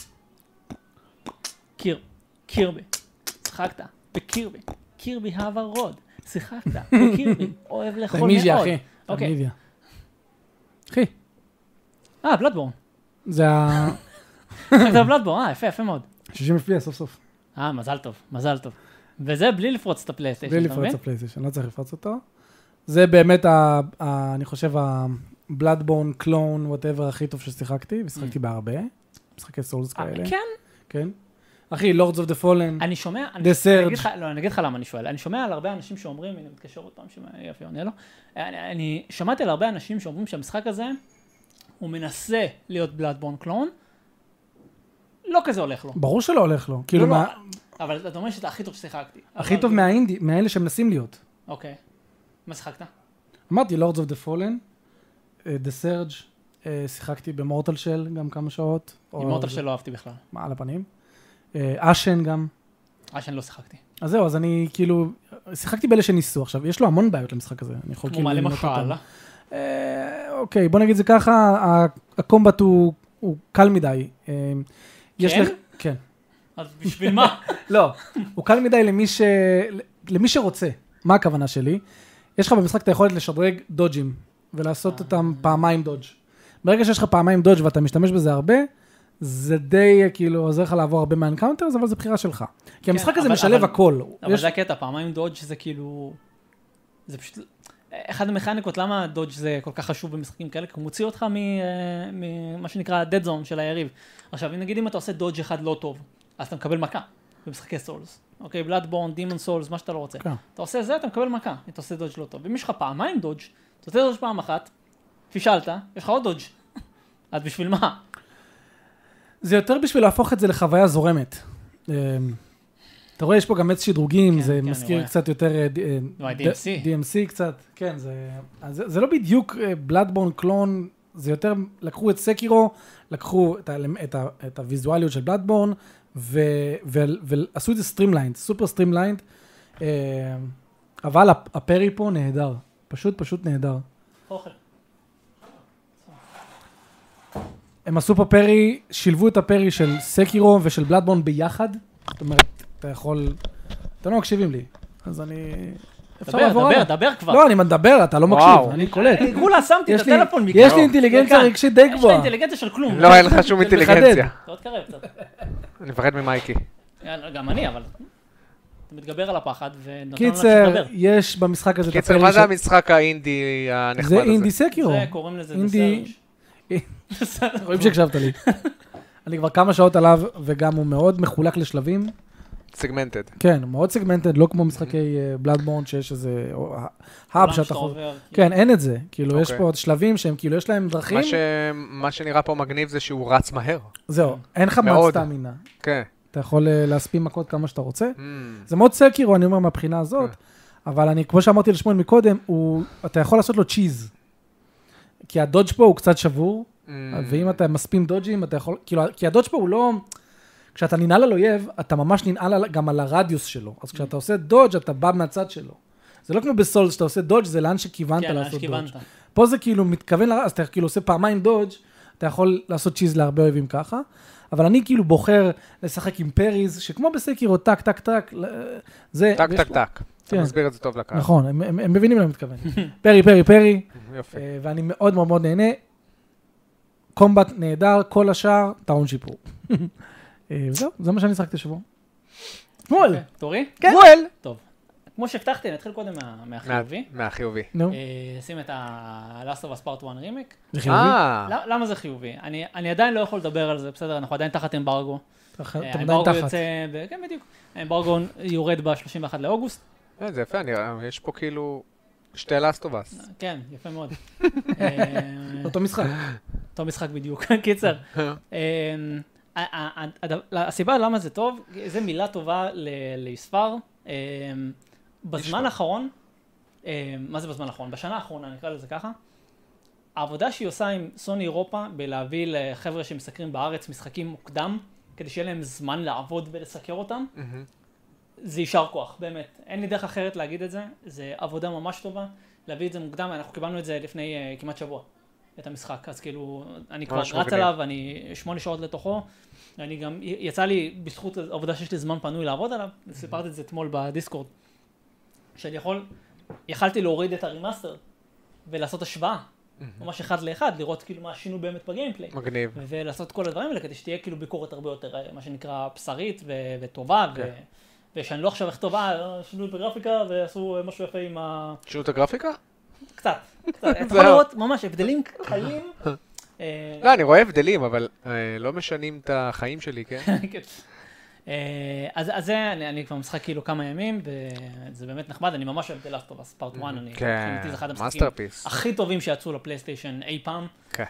קיר, קירבי. שיחקת בקירבי. קירבי הוורוד. שיחקת בקירבי. אוהב לאכול מאוד. תמיזיה, אחי. תמיזיה. אחי. אה, בלאדבורן. זה ה... שיחקת בלאדבורן, אה, יפה, יפה מאוד. שישים אף פי אס, סוף סוף. אה, מזל טוב, מזל טוב. וזה בלי לפרוץ את הפלייסטיישן, בלי לפרוץ את הפלייסטיישן, לא צריך לפרוץ אותו. זה באמת, ה, ה, אני חושב, ה-Bloodborne, Clone, whatever, הכי טוב ששיחקתי, ושיחקתי בהרבה. משחקי סולס כאלה. כן? כן. אחי, Lords of the Fallen, אני שומע, The Surge. לא, אני אגיד לך למה אני שואל. אני שומע על הרבה אנשים שאומרים, הנה מתקשר עוד פעם, יפה, עונה לו. אני שמעתי על הרבה אנשים שאומרים שהמשחק הזה, הוא מנסה להיות Bloodborne Clone, לא כזה הולך לו. ברור שלא הולך לו. כאילו מה... אבל אתה אומר שאתה הכי טוב ששיחקתי. הכי טוב מהאינדי, מאלה שמנסים להיות. אוקיי. מה שיחקת? אמרתי, Lords of the Fallen, The Surge, שיחקתי במורטל של גם כמה שעות. עם מורטל של לא אהבתי בכלל. מה, על הפנים? אשן גם. אשן לא שיחקתי. אז זהו, אז אני כאילו, שיחקתי באלה שניסו. עכשיו, יש לו המון בעיות למשחק הזה. כמו מה למשל? אוקיי, בוא נגיד זה ככה, הקומבט הוא קל מדי. כן? כן. אז בשביל מה? לא, הוא קל מדי למי שרוצה. מה הכוונה שלי? יש לך במשחק את היכולת לשדרג דודג'ים, ולעשות אותם פעמיים דודג'. ברגע שיש לך פעמיים דודג' ואתה משתמש בזה הרבה, זה די כאילו עוזר לך לעבור הרבה מהאנקאונטרס, אבל זה בחירה שלך. כי המשחק הזה משלב הכל. אבל זה הקטע, פעמיים דודג' זה כאילו... זה פשוט... אחד המכניקות, למה דודג' זה כל כך חשוב במשחקים כאלה? כי הוא מוציא אותך ממה שנקרא dead zone של היריב. עכשיו, נגיד אם אתה עושה דודג' אחד לא טוב, אז אתה מקבל מכה במשחקי סולס. אוקיי, בלאדבורן, דימון סולס, מה שאתה לא רוצה. אתה עושה זה, אתה מקבל מכה, אתה עושה דודג' לא טוב. ואם יש לך פעמיים דודג', אתה עושה דודג' פעם אחת, פישלת, יש לך עוד דודג'. אז בשביל מה? זה יותר בשביל להפוך את זה לחוויה זורמת. אתה רואה, יש פה גם עץ שדרוגים, זה מזכיר קצת יותר די אם סי קצת. כן, זה לא בדיוק בלאדבורן קלון, זה יותר, לקחו את סקירו, לקחו את הוויזואליות של בלאדבורן, ועשו את זה סטרימליינד, סופר סטרימליינד, אבל הפרי פה נהדר, פשוט פשוט נהדר. אוכל. הם עשו פה פרי, שילבו את הפרי של סקירו ושל בלאדבורן ביחד, זאת אומרת, אתה יכול, אתם לא מקשיבים לי, אז אני... דבר, דבר, דבר כבר. לא, אני מדבר, אתה לא מקשיב, אני קולט. כולה שמתי את הטלפון מכאן. יש לי אינטליגנציה רגשית די גבוהה. יש לי אינטליגנציה של כלום. לא, אין לך שום אינטליגנציה. לא תקרב קצת. אני מפחד ממייקי. גם אני, אבל... אתה מתגבר על הפחד ונותן קיצר, יש במשחק הזה... קיצר, מה זה המשחק האינדי הנחמד הזה? זה אינדי סקירו. זה, קוראים לזה The Surge. רואים שהקשבת לי. אני כבר כמה שעות עליו, וגם הוא מאוד מחולק לשלבים. סגמנטד. כן, מאוד סגמנטד, לא כמו משחקי בלאדבורן, שיש איזה האב שאתה חושב. כן, אין את זה. כאילו, יש פה עוד שלבים שהם, כאילו, יש להם דרכים. מה שנראה פה מגניב זה שהוא רץ מהר. זהו, אין לך מה סטמינה. כן. אתה יכול להספים מכות כמה שאתה רוצה. זה מאוד סקירו, אני אומר, מהבחינה הזאת, אבל אני, כמו שאמרתי לשמואל מקודם, אתה יכול לעשות לו צ'יז. כי הדודג' פה הוא קצת שבור, ואם אתה מספים דודג'ים, אתה יכול, כאילו, כי הדודג' פה הוא לא, כשאתה ננעל על אויב, אתה ממש ננעל גם על הרדיוס שלו. אז כשאתה עושה דודג' אתה בא מהצד שלו. זה לא כמו בסולס, שאתה עושה דודג' זה לאן שכיוונת לעשות דודג'. פה זה כאילו מתכוון לרדיוס, אז אתה כאילו עושה פעמיים דודג', אתה יכול לעשות צ'יז להרבה אויבים ככה. אבל אני כאילו בוחר לשחק עם פריז, שכמו בסקירו, טק, טק, טק, זה... טק, טק, טק. אתה מסביר את זה טוב לקהל. נכון, הם מבינים למה מתכוון. פרי, פרי, פרי. יופי. ואני מאוד מאוד מאוד נהנה. קומבט נהדר, כל השאר, טעון שיפור. וזהו, זה מה שאני שחקתי שבוע. שמואל. תורי? כן. שמואל. טוב. כמו שהבטחתי, נתחיל קודם מהחיובי. מהחיובי. שים את ה-Last of Us Part אחת רימיק. זה חיובי? למה זה חיובי? אני עדיין לא יכול לדבר על זה, בסדר? אנחנו עדיין תחת אמברגו. אתה עדיין האמברגו תחת. יוצא, כן בדיוק. האמברגו יורד ב-שלושים ואחד לאוגוסט. זה יפה, יש פה כאילו שתי Last of Us. כן, יפה מאוד. אותו משחק. אותו משחק בדיוק, קיצר. הסיבה למה זה טוב, זו מילה טובה לספר. בזמן האחרון, מה זה בזמן האחרון? בשנה האחרונה, נקרא לזה ככה, העבודה שהיא עושה עם סוני אירופה בלהביא לחבר'ה שמסקרים בארץ משחקים מוקדם, כדי שיהיה להם זמן לעבוד ולסקר אותם, זה יישר כוח, באמת. אין לי דרך אחרת להגיד את זה, זה עבודה ממש טובה, להביא את זה מוקדם, אנחנו קיבלנו את זה לפני כמעט שבוע, את המשחק, אז כאילו, אני כבר רץ עליו, אני שמונה שעות לתוכו, אני גם, יצא לי בזכות העבודה שיש לי זמן פנוי לעבוד עליו, סיפרתי את זה אתמול בדיסקורד, שאני יכול, יכלתי להוריד את הרימאסטר ולעשות השוואה, ממש אחד לאחד, לראות כאילו מה שינו באמת בגיימפליי. מגניב. ולעשות כל הדברים האלה, כדי שתהיה כאילו ביקורת הרבה יותר, מה שנקרא בשרית וטובה, ושאני לא עכשיו איך טובה, שינו את הגרפיקה ועשו משהו יפה עם ה... שינו את הגרפיקה? קצת, קצת. אתה יכול לראות ממש הבדלים קלים. לא, אני רואה הבדלים, אבל לא משנים את החיים שלי, כן? אז זה, אני כבר משחק כאילו כמה ימים, וזה באמת נחמד, אני ממש אוהב את Last of Us Part אחת, אני חושבת, זה אחד המשחקים הכי טובים שיצאו לפלייסטיישן אי פעם.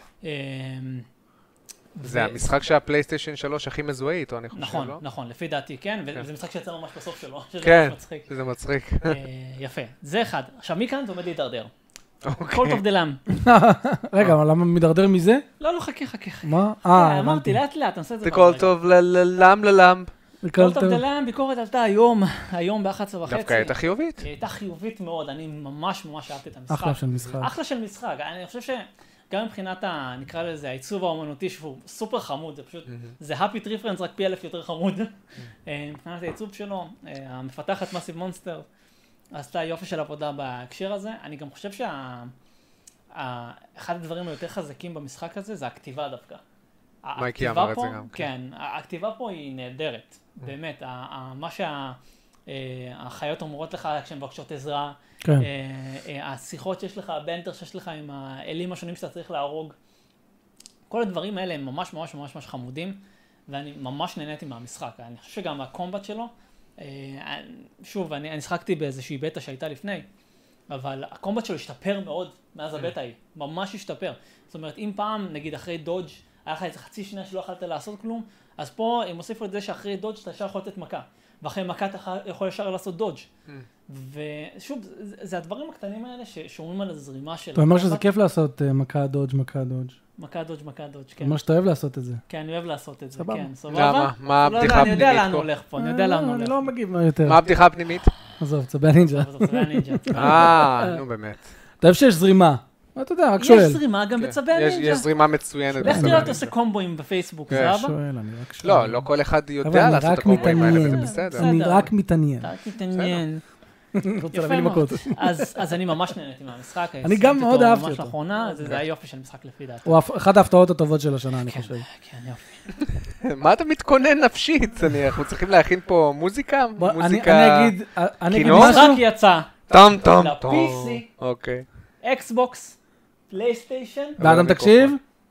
זה המשחק שהפלייסטיישן שלוש הכי מזוהה איתו, אני חושב, לא? נכון, נכון, לפי דעתי כן, וזה משחק שיצא ממש בסוף שלו, כן, שזה מצחיק. יפה, זה אחד. עכשיו, מכאן זה עומד להתדרדר. Cult of the Lamb. רגע, אבל למה מדרדר מזה? לא, לא, חכה, חכה. מה? אה, אמרתי, לאט לאט, נעשה את זה. The Cult of the Lamb. Cult of the Lamb, ביקורת עלתה היום, היום ב-אחת עשרה וחצי. דווקא הייתה חיובית. היא הייתה חיובית מאוד, אני ממש ממש אהבתי את המשחק. אחלה של משחק. אחלה של משחק. אני חושב שגם מבחינת, נקרא לזה, העיצוב האומנותי שהוא סופר חמוד, זה פשוט, זה happy reference רק פי אלף יותר חמוד. מבחינת העיצוב שלו, המפתחת Massive Monster, עשתה יופי של עבודה בהקשר הזה. אני גם חושב שאחד הדברים היותר חזקים במשחק הזה זה הכתיבה דווקא. מייקי אמר את זה גם. כן, הכתיבה פה היא נהדרת, באמת. מה שהחיות אומרות לך כשהן מבקשות עזרה, השיחות שיש לך, הבנטר שיש לך עם האלים השונים שאתה צריך להרוג, כל הדברים האלה הם ממש ממש ממש ממש חמודים, ואני ממש נהניתי מהמשחק. אני חושב שגם הקומבט שלו, שוב, אני שחקתי באיזושהי בטא שהייתה לפני, אבל הקומבט שלו השתפר מאוד מאז הבטא היא, ממש השתפר. זאת אומרת, אם פעם, נגיד אחרי דודג' היה לך איזה חצי שנייה שלא יכולת לעשות כלום, אז פה הם הוסיפו את זה שאחרי דודג' אתה ישר יכול לתת מכה, ואחרי מכה אתה יכול ישר לעשות דודג'. ושוב, זה הדברים הקטנים האלה ששומרים על הזרימה של... אתה אומר שזה כיף לעשות מכה דודג', מכה דודג'. מכה דודג', מכה דודג', כן. אתה אומר שאתה אוהב לעשות את זה. כן, אני אוהב לעשות את זה, כן. למה? מה הבדיחה הפנימית פה? אני יודע לאן הוא הולך פה, אני יודע לאן הוא הולך. אני לא מגיב מה יותר. מה הבדיחה הפנימית? עזוב, צבי הנינג'ה. עזוב, צבי הנינג'ה. אה, נו באמת. אתה אוהב שיש זרימה. אתה יודע, רק שואל. יש זרימה גם בצבי הנינג'ה. יש זרימה מצוינת. לך תראה, אתה עושה קומבואים בפייסבוק, זה אבא? שואל, אני רק שואל. לא, לא כל אחד יודע לעשות את הקומבואים האלה, וזה בסדר. אני רק מתעניין. רק מתעניין. רוצה להביא לי מכות. אז אני ממש נהניתי מהמשחק. אני גם מאוד אהבתי אותו. ממש לאחרונה, זה היה יופי של משחק לפי דעתי. הוא אחת ההפתעות הטובות של השנה, אני חושב. כן, יופי. מה אתה מתכונן נפשית? אנחנו צריכים להכין פה מוזיקה? מוזיקה... אני אגיד... המשחק יצא. טם טם טם. ל-פי סי, אוקיי. אקסבוקס, פלייסטיישן. ואדם תקשיב.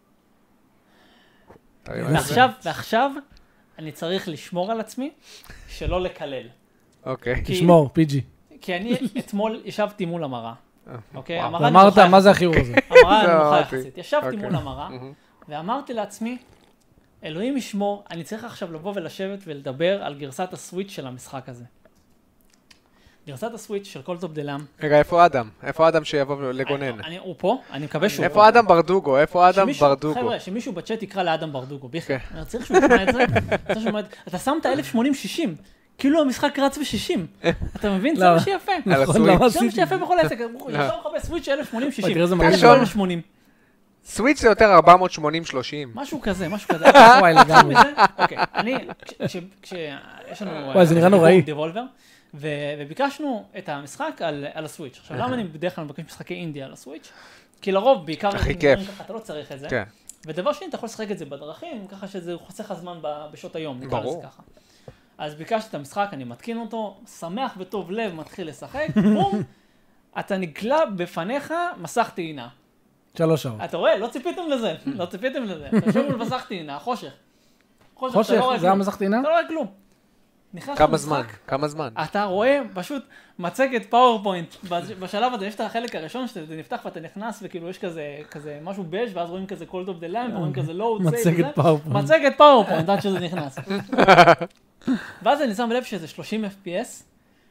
ועכשיו אני צריך לשמור על עצמי שלא לקלל. אוקיי. תשמור, פי ג'י. כי אני אתמול ישבתי מול המראה. אוקיי? אמרת, מה זה החיור הזה? המראה נוחה יחסית. ישבתי מול המראה, ואמרתי לעצמי, אלוהים ישמור, אני צריך עכשיו לבוא ולשבת ולדבר על גרסת הסוויץ' של המשחק הזה. גרסת הסוויץ' של Cult of the Lamb. רגע, איפה אדם? איפה אדם שיבוא לגונן? הוא פה, אני מקווה שהוא פה. איפה אדם ברדוגו? איפה אדם ברדוגו? חבר'ה, שמישהו בצ'אט יקרא לאדם ברדוגו, בכלל. אני צריך שהוא ישמע את זה. אתה שמת אלף שמונים שישים, כאילו המשחק רץ ב-שישים. אתה מבין? זה מה שיפה. זה מה שיפה בכל עסק. ישר מחפש סוויץ' אלף שמונים שישים. אלף שמונים. סוויץ' זה יותר ארבע מאות שמונים שלושים. משהו כזה, משהו כזה. וואי, לגמרי. אוקיי, אני, כשיש לנו... וואי, זה נראה נוראי. וביקשנו את המשחק על הסוויץ'. עכשיו, למה אני בדרך כלל מבקש משחקי אינדיה על הסוויץ'? כי לרוב, בעיקר... הכי כיף. אתה לא צריך את זה. ודבר שני, אתה יכול לשחק את זה בדרכים, ככה שזה חוסך הזמן בשעות היום, נקרא לזה ככה. אז ביקשתי את המשחק, אני מתקין אותו, שמח וטוב לב, מתחיל לשחק, בום, אתה נקלע בפניך מסך טעינה. שלוש שעות. אתה רואה? לא ציפיתם לזה, לא ציפיתם לזה. אתה יושב מול מסך טעינה, חושך. חושך, זה המסך טעינה? אתה לא רואה כלום. כמה זמן? כמה זמן? אתה רואה פשוט מצגת פאורפוינט, בשלב הזה יש את החלק הראשון שזה נפתח ואתה נכנס וכאילו יש כזה משהו בז' ואז רואים כזה Cult of the Lamb, רואים כזה לואוד סייב. מצגת פאורפוינט. מצגת פאורפוינט עד שזה נכנס. ואז אני שם לב שזה שלושים אף פי אס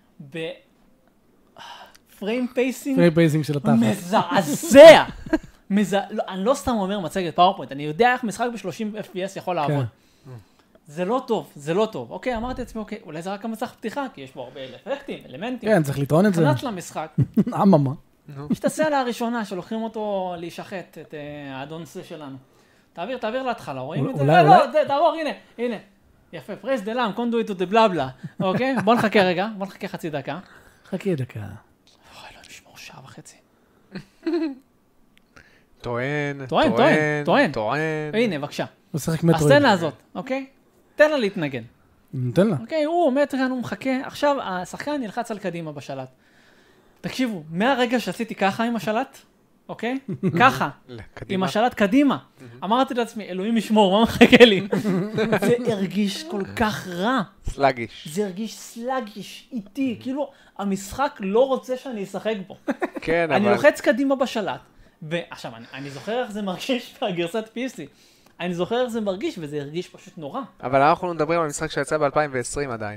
בפריים פייסינג פריים פייסינג של התחת. מזעזע. אני לא סתם אומר מצגת פאורפוינט, אני יודע איך משחק ב-שלושים אף פי אס יכול לעבוד. זה לא טוב, זה לא טוב. אוקיי, אמרתי לעצמי, אוקיי, אולי זה רק המסך פתיחה, כי יש בו הרבה אפקטים, אלמנטים. כן, צריך לטעון את זה. נכנס למשחק. אממה. יש את הסצנה הראשונה שלוקחים אותו להישחט, את האדון סה שלנו. תעביר, תעביר להתחלה, רואים את זה? אולי, לא, תעבור, הנה, הנה. יפה, פרס דלם, קונדויט או דבלבלה. אוקיי, בוא נחכה רגע, בוא נחכה חצי דקה. חכי דקה. אוי, לא נשמור שעה וחצי. טוען, טוען, טוען, טוען. טוען. הנה, בבקשה. הסצנה הזאת, אוקיי? תן לה להתנגן. נתן לה. אוקיי, הוא עומד כאן, הוא מחכה. עכשיו, השחקן נלחץ על קדימה בשלט. תקשיבו, מהרגע שעשיתי ככה עם השלט, אוקיי? ככה, עם השלט קדימה. אמרתי לעצמי, אלוהים ישמור, מה מחכה לי? זה הרגיש כל כך רע. סלאגיש. זה הרגיש סלאגיש, איטי. כאילו, המשחק לא רוצה שאני אשחק בו. כן, אבל... אני לוחץ קדימה בשלט. ועכשיו, אני זוכר איך זה מרגיש בגרסת פי סי. אני זוכר איך זה מרגיש, וזה הרגיש פשוט נורא. אבל אנחנו מדברים על משחק שיצא ב-אלפיים ועשרים עדיין.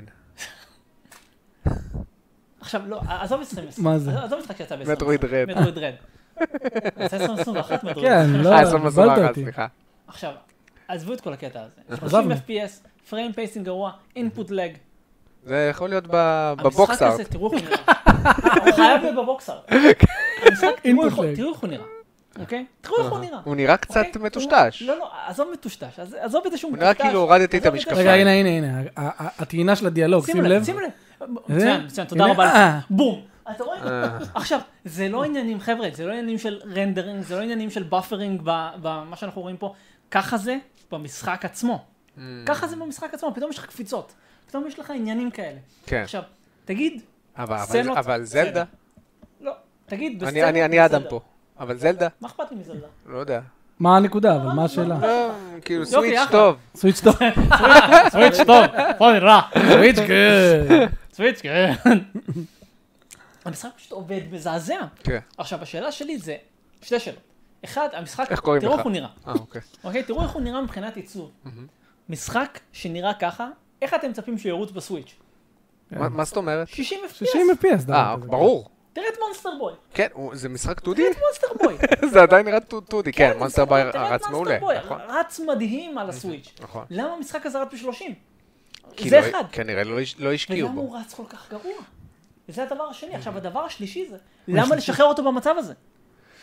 עכשיו, לא, עזוב עשרים עשרים. מה זה? עזוב משחק שיצא ב-עשרים עשרים. מטרויד רד. מטרויד רד. יצא עשרים עשרים ואחת מטרויד. כן, לא, עשרים עשרים, סליחה. עכשיו, עזבו את כל הקטע הזה. שלושים אף פי אס, פריים פייסינג גרוע, אינפוט לג. זה יכול להיות בבוקסארט. המשחק הזה, תראו איך הוא נראה. הוא חייב להיות בבוקסארט. המשחק, תראו איך הוא נראה. אוקיי? תראו איך הוא נראה. הוא נראה קצת מטושטש. לא, לא, עזוב מטושטש. עזוב את זה שהוא מטושטש. הוא נראה כאילו הורדתי את המשקפיים. רגע, הנה, הנה, הנה. הטעינה של הדיאלוג, שים לב. שים לב. מצוין, מצוין, תודה רבה לך. בום. אתה רואה? עכשיו, זה לא עניינים, חבר'ה, זה לא עניינים של רנדרינג, זה לא עניינים של באפרינג במה שאנחנו רואים פה. ככה זה במשחק עצמו. ככה זה במשחק עצמו. פתאום יש לך קפיצות. פתאום יש לך עניינים כאלה. כן. עכשיו, תגיד, אבל זלדה? לא, תגיד, אני אדם פה. אבל זלדה? מה אכפת לי מזלדה? לא יודע. מה הנקודה, אבל מה השאלה? כאילו סוויץ' טוב. סוויץ' טוב. סוויץ' טוב. פה נראה. סוויץ' כן. סוויץ' כן. המשחק פשוט עובד מזעזע. כן. עכשיו, השאלה שלי זה שתי שאלות. אחד, המשחק, איך קוראים לך? תראו איך הוא נראה. אה, אוקיי. אוקיי, תראו איך הוא נראה מבחינת עיצוב. משחק שנראה ככה, איך אתם מצפים שהוא ירוץ בסוויץ'? מה זאת אומרת? שישים אף פי אס. שישים אף פי אס. אה, ברור. תראה את מונסטר בוי. כן, זה משחק טודי? תראה את מונסטר בוי. זה עדיין נראה טודי, כן, מונסטר בוי רץ מעולה. תראה את מונסטר בוי, רץ מדהים על הסוויץ'. נכון. למה המשחק הזה רץ ב-שלושים? זה אחד. כנראה לא השקיעו ולמה בו. הוא רץ כל כך גרוע? וזה הדבר השני. עכשיו, הדבר השלישי זה, למה לשחרר אותו במצב הזה?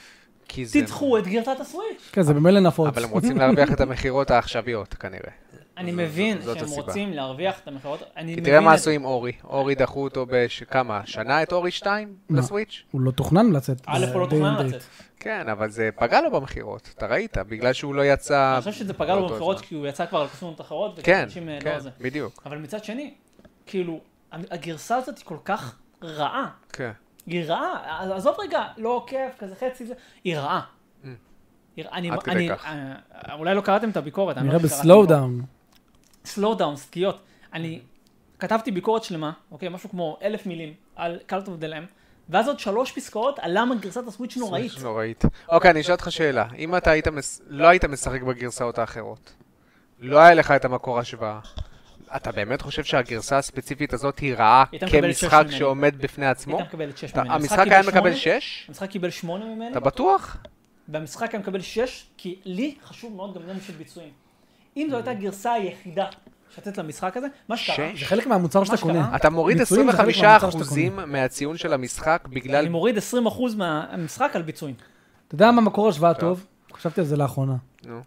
תדחו את גרסת הסוויץ'. כן, זה במילא נפוץ. אבל הם רוצים להרוויח את המחירות העכשוויות, כנראה. אני מבין שהם רוצים להרוויח את המחירות. תראה מה עשו עם אורי. אורי דחו אותו בכמה? שנה את אורי שתיים לסוויץ'? הוא לא תוכנן לצאת. א', הוא לא תוכנן לצאת. כן, אבל זה פגע לו במחירות. אתה ראית? בגלל שהוא לא יצא... אני חושב שזה פגע לו במחירות כי הוא יצא כבר על קוסמות אחרות. כן, כן, בדיוק. אבל מצד שני, כאילו, הגרסה הזאת היא כל כך רעה. כן. היא רעה. עזוב רגע, לא כיף, כזה חצי זה. היא רעה. עד כדי כך. אולי לא קראתם את הביקורת. נראה בסלואו דאון. סלואו דאון, סטיות. אני כתבתי ביקורת שלמה, אוקיי, משהו כמו אלף מילים על Cult of the Lamb, ואז עוד שלוש פסקאות על למה גרסת הסוויץ' נוראית. סוויץ' נוראית. אוקיי, אני אשאל אותך שאלה. אם אתה לא היית משחק בגרסאות האחרות, לא היה לך את המקור השוואה, אתה באמת חושב שהגרסה הספציפית הזאת היא רעה כמשחק שעומד בפני עצמו? היית מקבל את שש ממני. המשחק היה מקבל שש? המשחק קיבל שמונה ממני. אתה בטוח? במשחק היה מקבל שש, כי לי חשוב מאוד גם עניין של ביצועים. אם זו הייתה גרסה היחידה שתת למשחק הזה, מה שקרה? זה חלק מהמוצר שאתה קונה. אתה מוריד עשרים וחמישה אחוזים מהציון של המשחק בגלל... אני מוריד עשרים אחוז מהמשחק על ביצועים. אתה יודע מה מקור השוואה טוב? חשבתי על זה לאחרונה.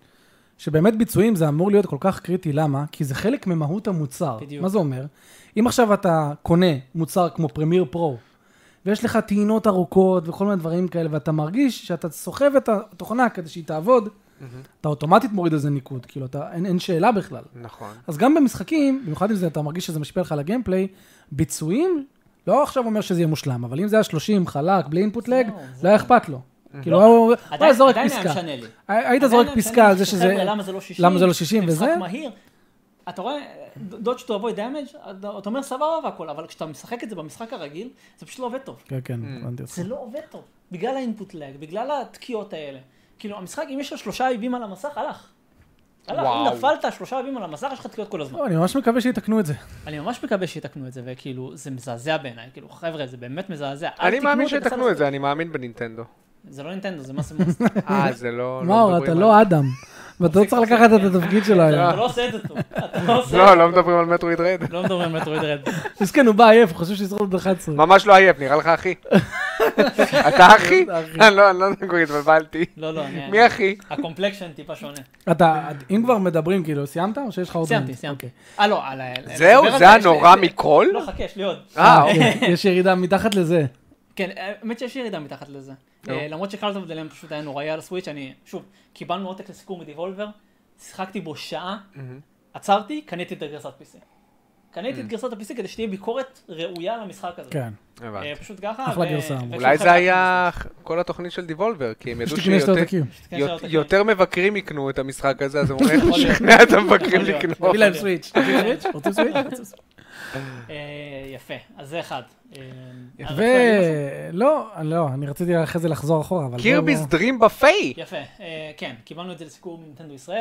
שבאמת ביצועים זה אמור להיות כל כך קריטי, למה? כי זה חלק ממהות המוצר. מה זה אומר? אם עכשיו אתה קונה מוצר כמו פרמיר פרו, ויש לך טעינות ארוכות וכל מיני דברים כאלה, ואתה מרגיש שאתה סוחב את התוכנה כדי שהיא תעבוד, אתה אוטומטית מוריד איזה ניקוד, כאילו, אתה, אין, אין שאלה בכלל. נכון. אז גם במשחקים, במיוחד אם זה, אתה מרגיש שזה משפיע לך על הגיימפליי, ביצועים, לא עכשיו אומר שזה יהיה מושלם, אבל אם זה היה שלושים, חלק, בלי אינפוט לג, לא היה אכפת לו. כאילו, הוא היה זורק פסקה. היית זורק פסקה על זה שזה... למה זה לא שישים? למה זה לא שישים וזה? משחק מהיר. אתה רואה, דוד שאתה אבוי דאמג', אתה אומר סבבה והכל, אבל כשאתה משחק את זה במשחק הרגיל, זה פשוט לא עובד טוב. כן, כן. זה לא עובד טוב. בגלל האינפוט לג, בגלל התקיעות האלה. כאילו, המשחק, אם יש לו שלושה איבים על המסך, הלך. הלך, אם נפלת שלושה איבים על המסך, יש לך תקיעות כל הזמן. אני ממש מקווה שיתקנו את זה. אני ממש מקווה שיתקנו את זה, וכאילו, זה מזעזע בעיניי. כאילו, חבר'ה, זה באמת מזעזע. אני מאמין שיתקנו את זה, אני מאמין בנינטנדו. זה לא נינטנדו, זה מסה מוסט. אה, זה לא... מאור, אתה לא אדם. ואתה לא צריך לקחת את התפקיד שלו היום. אתה לא עושה את זה טוב. לא, לא מדברים על מטרויד רד. לא מדברים על מטרויד רד. מסכן, הוא בא עייף, הוא חושב שישרוד עד אחת עשרה. ממש לא עייף, נראה לך אחי. אתה אחי? לא, אני לא יודע, התבלבלתי. לא, לא. מי אחי? הקומפלקשן טיפה שונה. אתה, אם כבר מדברים, כאילו, סיימת או שיש לך עוד... סיימתי, סיימתי. אה, לא, על... זהו, זה הנורא מכל? לא, חכה, יש לי עוד. אה, אוקיי. יש ירידה מתחת לזה. כן, האמת שיש ירידה מתחת לזה. למרות ש-Cult of the Lamb פשוט היה נוראי על הסוויץ', אני, שוב, קיבלנו עותק לסיכום מדיבולבר, שיחקתי בו שעה, עצרתי, קניתי את גרסת פי סי. קניתי את גרסת ה-פי סי כדי שתהיה ביקורת ראויה למשחק הזה. כן. פשוט ככה. אחלה גרסה. אולי זה היה כל התוכנית של דיבולבר, כי הם ידעו שיותר מבקרים יקנו את המשחק הזה, אז הם אומרים איך לשכנע את המבקרים לקנות. תביא להם סוויץ'. רוצים סוויץ'? יפה, אז זה אחד. ולא, לא, אני רציתי אחרי זה לחזור אחורה, אבל... קירבי's Dream Buffet! יפה, כן, קיבלנו את זה לסיכום נינטנדו ישראל.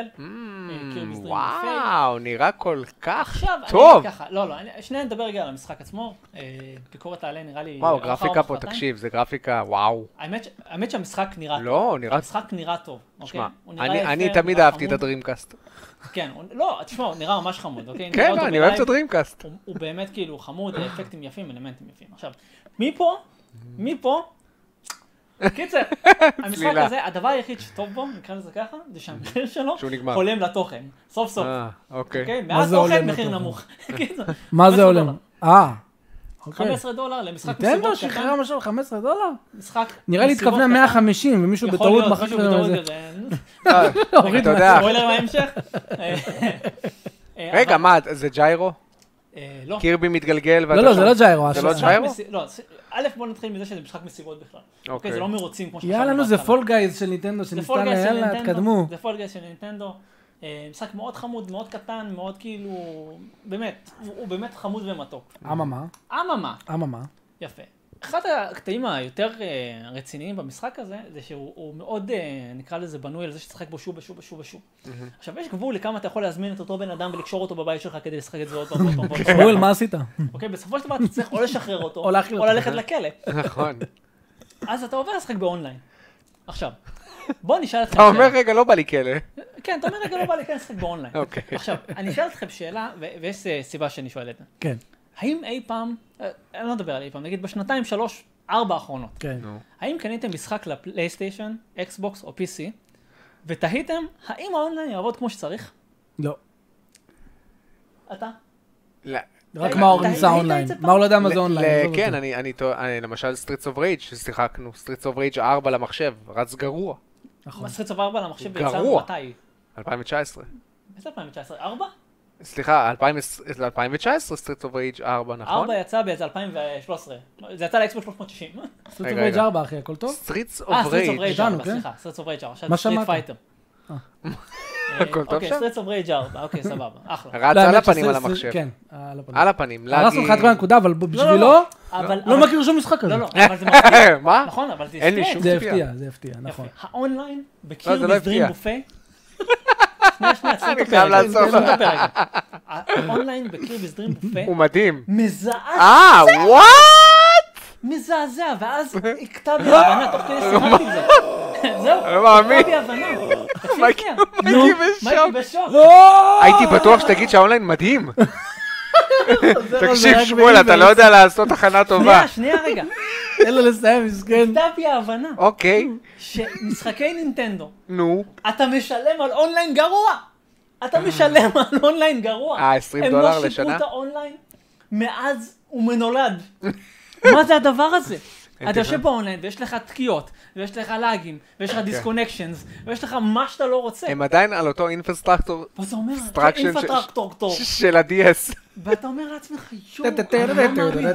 וואו, נראה כל כך טוב! לא, לא, שנייה נדבר רגע על המשחק עצמו. ביקורת העלה נראה לי... וואו, גרפיקה פה, תקשיב, זה גרפיקה, וואו. האמת שהמשחק נראה טוב. לא, נראה... המשחק נראה טוב, אוקיי? אני תמיד אהבתי את הדרימקאסט. כן, לא, תשמע, הוא נראה ממש חמוד, אוקיי? כן, אני אוהב את הדרימקאסט. הוא באמת כאילו חמוד, אפקטים יפים, אלמנטים יפים. עכשיו, מפה, מפה, קיצר, המשחק הזה, הדבר היחיד שטוב בו, נקרא לזה ככה, זה שהמחיר שלו חולם לתוכן, סוף סוף. אוקיי. מעט תוכן, מחיר נמוך. מה זה עולם? אה. חמישה עשרה דולר למשחק מסיבות קטן. ניתן לו שחרר משהו חמישה עשרה דולר? משחק נראה לי התכוונה מאה וחמישים, ומישהו בטעות מחק לנו את זה. אתה יודע. ספוילר מההמשך. רגע, מה, זה ג'יירו? לא. קירבי מתגלגל ואתה... לא, לא, זה לא ג'יירו. זה לא ג'יירו? לא, א' בוא נתחיל מזה שזה משחק מסיבות בכלל. אוקיי, זה לא מרוצים כמו יאללה, לנו זה פול גייז של ניטנדו, שניסתה יאללה, תקדמו. זה פול גייז של ניטנדו. משחק מאוד חמוד, מאוד קטן, מאוד כאילו... באמת, הוא באמת חמוד ומתוק. אממה. אממה. אממה. יפה. אחד הקטעים היותר רציניים במשחק הזה, זה שהוא מאוד, נקרא לזה, בנוי על זה שתשחק בו שוב ושוב ושוב ושוב. עכשיו, יש גבול לכמה אתה יכול להזמין את אותו בן אדם ולקשור אותו בבית שלך כדי לשחק את זה עוד פעם ועוד פעם. שמואל, מה עשית? אוקיי, בסופו של דבר אתה צריך או לשחרר אותו, או ללכת לכלא. נכון. אז אתה עובר לשחק באונליין. עכשיו, בוא נשאל אתכם שאלה. אתה אומר רגע, לא בא לי כלא. כן, אתה אומר רגע, לא בא לי כלא לשחק באונליין. אוקיי. עכשיו, אני אשאל אתכם שאלה, ויש סיבה שאני שואל את זה. כן. האם אי פעם, אני לא מדבר על אי פעם, נגיד בשנתיים, שלוש, ארבע האחרונות, כן. האם קניתם משחק לפלייסטיישן, אקסבוקס או פי סי, ותהיתם, האם האונליין יעבוד כמו שצריך? לא. אתה? לא. רק מה הוא נמצא אונליין. מה הוא לא יודע מה זה אונליין. כן, אני למשל סטריטס אוף רייג' ששיחקנו, סטריטס אוף רייג' ארבע למחשב, רץ גרוע. מה סטריטס אוף ארבע למחשב יצא מתי? אלפיים תשע עשרה. איזה אלפיים תשע עשרה? ארבע? סליחה, אלפיים תשע עשרה סטריטס אוף רייג' ארבע, נכון? ארבע יצא באיזה אלפיים ושלוש עשרה. זה יצא לאקסבוקס שלוש מאות שישים. סטריטס אוף רייג' ארבע, אחי, הכל טוב? סטריטס אוף רייג'. אה, סטריטס אוף רייג' רייג' ארבע, סליחה. סטריטס אוף רייג' ארבע. מה שמעת? הכל טוב אוקיי, שם? סטריטס אוף רייג' ארבע, אוקיי, סבבה, אחלה. רץ על הפנים על המחשב. כן, על הפנים. על הפנים, הרסנו לך את כל הנקודה, אבל בשבילו, לא מכיר שום משחק כזה. לא, לא, אבל זה מפתיע. מה? נכון, אבל זה אין לי שום זה ציפייה. הפתיע, זה הפתיע, נכון. האונליין, זה בקיר לא מסדרים הפתיע. בופה. שנייה, שנייה, צא את אני הפרק. חייב לעצור. צא את הפרק. האונליין, בקיר מסדרים בופה. הוא מדהים. מזעזע. אה, וואט? מזעזע, ואז הכתה בי הבנה, תוך כדי שיחקתי עם זה. זהו, לא מאמין. הכתה בי הבנה. מייקי בשוק. מייקי בשוק. הייתי בטוח שתגיד שהאונליין מדהים. תקשיב שמואל, אתה לא יודע לעשות הכנה טובה. שנייה, שנייה רגע. אין לו לסיים, מסכן. הכתה בי ההבנה אוקיי, שמשחקי נינטנדו, נו. אתה משלם על אונליין גרוע. אתה משלם על אונליין גרוע. אה, עשרים דולר הם לא לשנה? שיפרו את האונליין מאז הוא מנולד. מה זה הדבר הזה? אתה יושב באונליין ויש לך תקיעות, ויש לך לאגים, ויש לך דיסקונקשנס, ויש לך מה שאתה לא רוצה. הם עדיין על אותו אינפרסטרקטור וזה אומר, Struction אינפרטרקטור. של ה-די אס. ואתה אומר לעצמך, יואו, אני לא מאמין.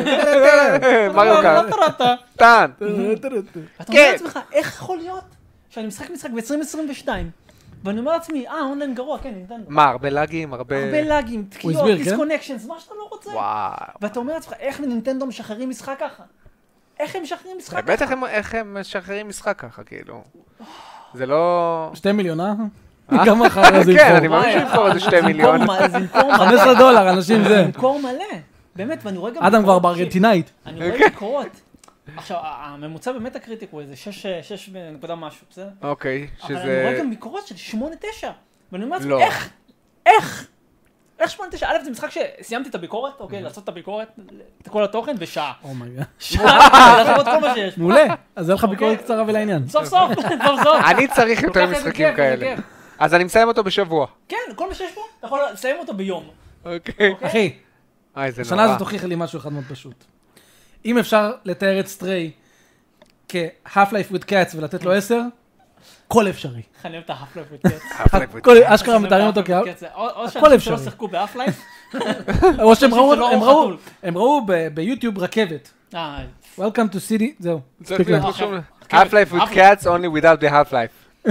מריו קארט. טאן. ואתה אומר לעצמך, איך יכול להיות שאני משחק משחק ב-עשרים עשרים ושתיים, ואני אומר לעצמי, אה, אונליין גרוע, כן, נינטנדו. מה, הרבה לאגים, הרבה... הרבה לאגים, תקיעות, הסביר, כן? דיסקונקשנס, מה שאתה לא רוצה. וואו. ואתה אומר לעצמך, איך נינטנדו משחררים משחק ככה? איך הם משחררים משחק ככה? באמת איך הם- איך הם משחררים משחק ככה, כאילו. זה לא... שתי מיליון, אה? גם אחר זה כן, אני ימכור. מאמין שימכור איזה שתי מיליון. זה ימכור מלא. חמישה עשר דולר, אנשים זה. ימכור מלא. באמת, ואני רואה גם... אדם כבר ביקורות, בארגנטינאית. אני רואה ביקורות. עכשיו, הממוצע באמת הקריטיק הוא איזה שש נקודה משהו, בסדר? אוקיי, אבל אני רואה שזה... גם ביקורות של שמונה תשע. ואני אומר לא. לעצמי, איך? איך? איך שמונה תשע? א', זה משחק שסיימתי את הביקורת, אוקיי, לעשות את הביקורת, את כל התוכן בשעה. אומייגה. שעה, לעשות כל מה שיש. מעולה. אז היה לך אוקיי. ביקורת קצרה ולעניין. סוף סוף, סוף סוף. אני צריך יותר לוקח איזה משחקים כיף, איזה כאלה. כיף. אז אני מסיים אותו בשבוע. כן, כל מה שיש פה, אתה יכול לסיים אותו ביום. אוקיי. אחי, איי, זה השנה נורא. הזאת הוכיחה לי משהו אחד מאוד פשוט. אם אפשר לתאר את סטריי כ-Half-Life with Cats ולתת לו עשר, כל אפשרי. אני אוהב את ההפלייף וקץ. Half-Life כל- with- אשכרה מתארים אותו כ... או הכל שאנשים אפשרי. שלא שיחקו בהפלייף. או שהם ראו, שלא הם ראו ראו, חתול. הם ראו ב- ביוטיוב רכבת. אה, Welcome to city, זהו. צריך מספיק להם. להיות רשום. Half-Life with cats only without the Half-Life.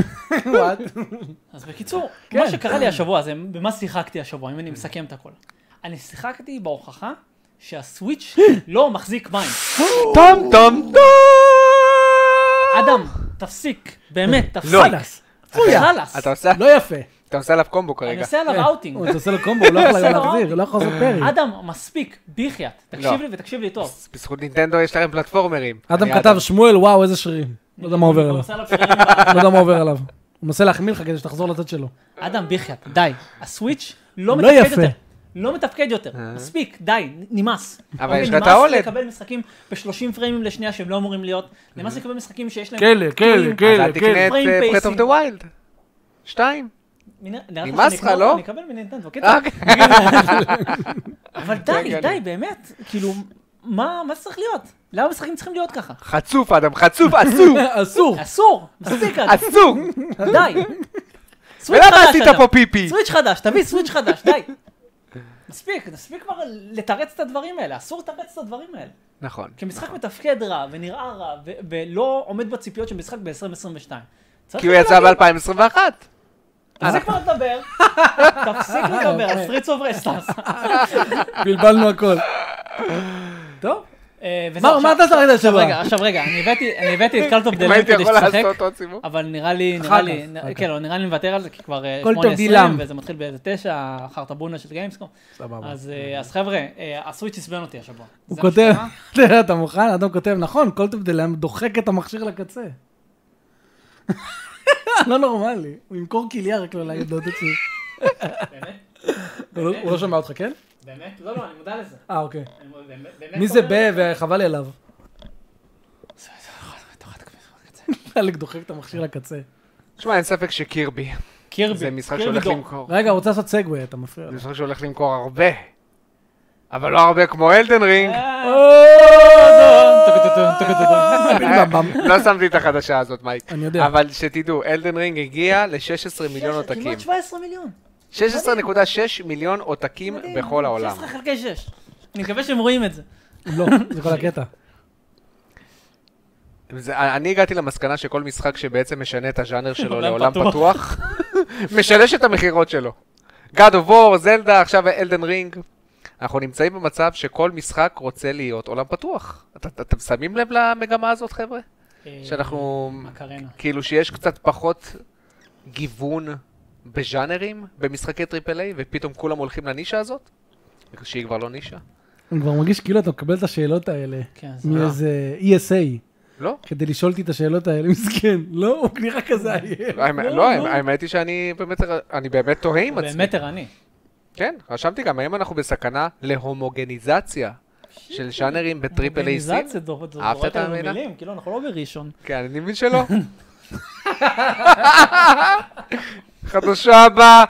אז בקיצור, כן. מה שקרה לי השבוע, זה במה שיחקתי השבוע, אם אני מסכם את הכל. אני שיחקתי בהוכחה שהסוויץ' לא מחזיק מים. טום טום טום! אדם, תפסיק, באמת, תפסיק. לא. חלאס. פויה. חלאס. אתה עושה- לא יפה. אתה עושה עליו קומבו אני כרגע. עושה עליו כן. אאוטינג. הוא עושה לו קומבו, הוא לא יכול עושה לו להחזיר, אאוטינג. הוא לא יכול לעשות פרי. אדם, מספיק, בחייאת. תקשיב לא. לי ותקשיב לי טוב. בזכות נינטנדו יש להם פלטפורמרים. אדם אני כתב שמואל, וואו, איזה שרירים. לא יודע מה עובר הוא עליו. עושה עליו שרירים ב- לא יודע מה עובר עליו. הוא מנסה להחמיא לך כדי שתחזור לצד שלו. אדם, בחייאת, די. הסוויץ' לא לא מתפקד יפה. יותר. לא מתפקד יותר. מספיק, די, נמאס. אבל אוקיי, יש לך את נמאס האולד. לקבל משחקים ב-שלושים פריימים לשנייה שהם לא אמורים להיות. נמאס לקבל משחקים שיש להם... כלא, כלא, תלויים. כלא. אז אל תקנה את Frame אה, Breath pacing. of the Wild. שתיים. נראה לך נמאס שאני לך, אקנה לא? אותו, אני אקבל מנינטנדו, קיצור. אה, אבל די, די, באמת. כאילו, מה מה צריך להיות? למה המשחקים צריכים להיות ככה? חצוף אדם, חצוף, אסור. אסור. אסור, מספיק אדם, אסור. די. סוויץ' ולמה חדש, עשית אדם. פה פיפי? סוויץ' חדש, תביא סוויץ' חדש, די. מספיק, מספיק כבר לתרץ את הדברים האלה, אסור לתרץ את הדברים האלה. נכון. כי משחק מתפקד רע ונראה רע ו- ולא עומד בציפיות של משחק ב-עשרים עשרים ושתיים. כי הוא יצא ב-אלפיים עשרים ואחת. תפסיק כבר לדבר, תפסיק לדבר על סטריטס אוף רסטארס. בלבלנו הכל. טוב. מה מה אתה שחקת השבוע? רגע, עכשיו רגע, אני הבאתי- אני הבאתי את קלט אוף אם דלם הייתי כדי יכול שתשחק, לעשות עוד סיבוב. אבל נראה לי, אחר נראה לי, כך, נ- אחר כן, לא, נראה לי נוותר על זה, כי כבר אה, כל שמונה טוב עשרים, דילם. וזה מתחיל באיזה תשע, חרטבונה של גיימסקום. סבבה. אז אה, אז חבר'ה, אה, הסוויץ' עצבן אותי השבוע. הוא זה מה כותב, שקרה. תראה, אתה מוכן? אדם כותב, נכון, כל טוב דלם דוחק את המכשיר לקצה. לא נורמלי, הוא ימכור כליה רק לא להגיד דוד אצלי. באמת? הוא לא- הוא לא שומע אותך, כן? באמת? לא, לא, אני מודע לזה. אה, אוקיי. אני באמת- באמת מי זה אומר- ב וחבל לי עליו? אלק דוחק את המכשיר לקצה. תשמע, אין ספק שקירבי. קירבי. זה משחק שהולך למכור. רגע, רוצה לעשות סגווי, אתה מפריע. זה משחק שהולך למכור הרבה. אבל לא הרבה כמו אלדן רינג. לא שמתי את החדשה הזאת, מייק. אני יודע. אבל שתדעו, אלדן רינג הגיע ל-שש עשרה מיליון עותקים. כמעט שבע עשרה מיליון. שש עשרה נקודה שש מיליון עותקים בכל העולם. שש עשרה חלקי שש. אני מקווה שהם רואים את זה. לא, זה כל הקטע. אני הגעתי למסקנה שכל משחק שבעצם משנה את הז'אנר שלו לעולם פתוח, משלש את המחירות שלו. God of War, זלדה, עכשיו אלדן רינג. אנחנו נמצאים במצב שכל משחק רוצה להיות עולם פתוח. אתם שמים לב למגמה הזאת, חבר'ה? שאנחנו, כאילו שיש קצת פחות גיוון בז'אנרים, במשחקי טריפל איי, ופתאום כולם הולכים לנישה הזאת? שהיא כבר לא נישה. אני כבר מרגיש כאילו אתה מקבל את השאלות האלה. מאיזה אי אס איי. לא. כדי לשאול אותי את השאלות האלה, מסכן. לא, הוא נראה כזה עייל. לא, האמת היא שאני באמת תוהה עם עצמי. באמת ערני. כן, רשמתי גם, האם אנחנו בסכנה להומוגניזציה של ז'אנרים בטריפל איי סי? הומוגניזציה, דורת את המילים, כאילו אנחנו לא בראשון. כן, אני מבין שלא. חדשה הבאה.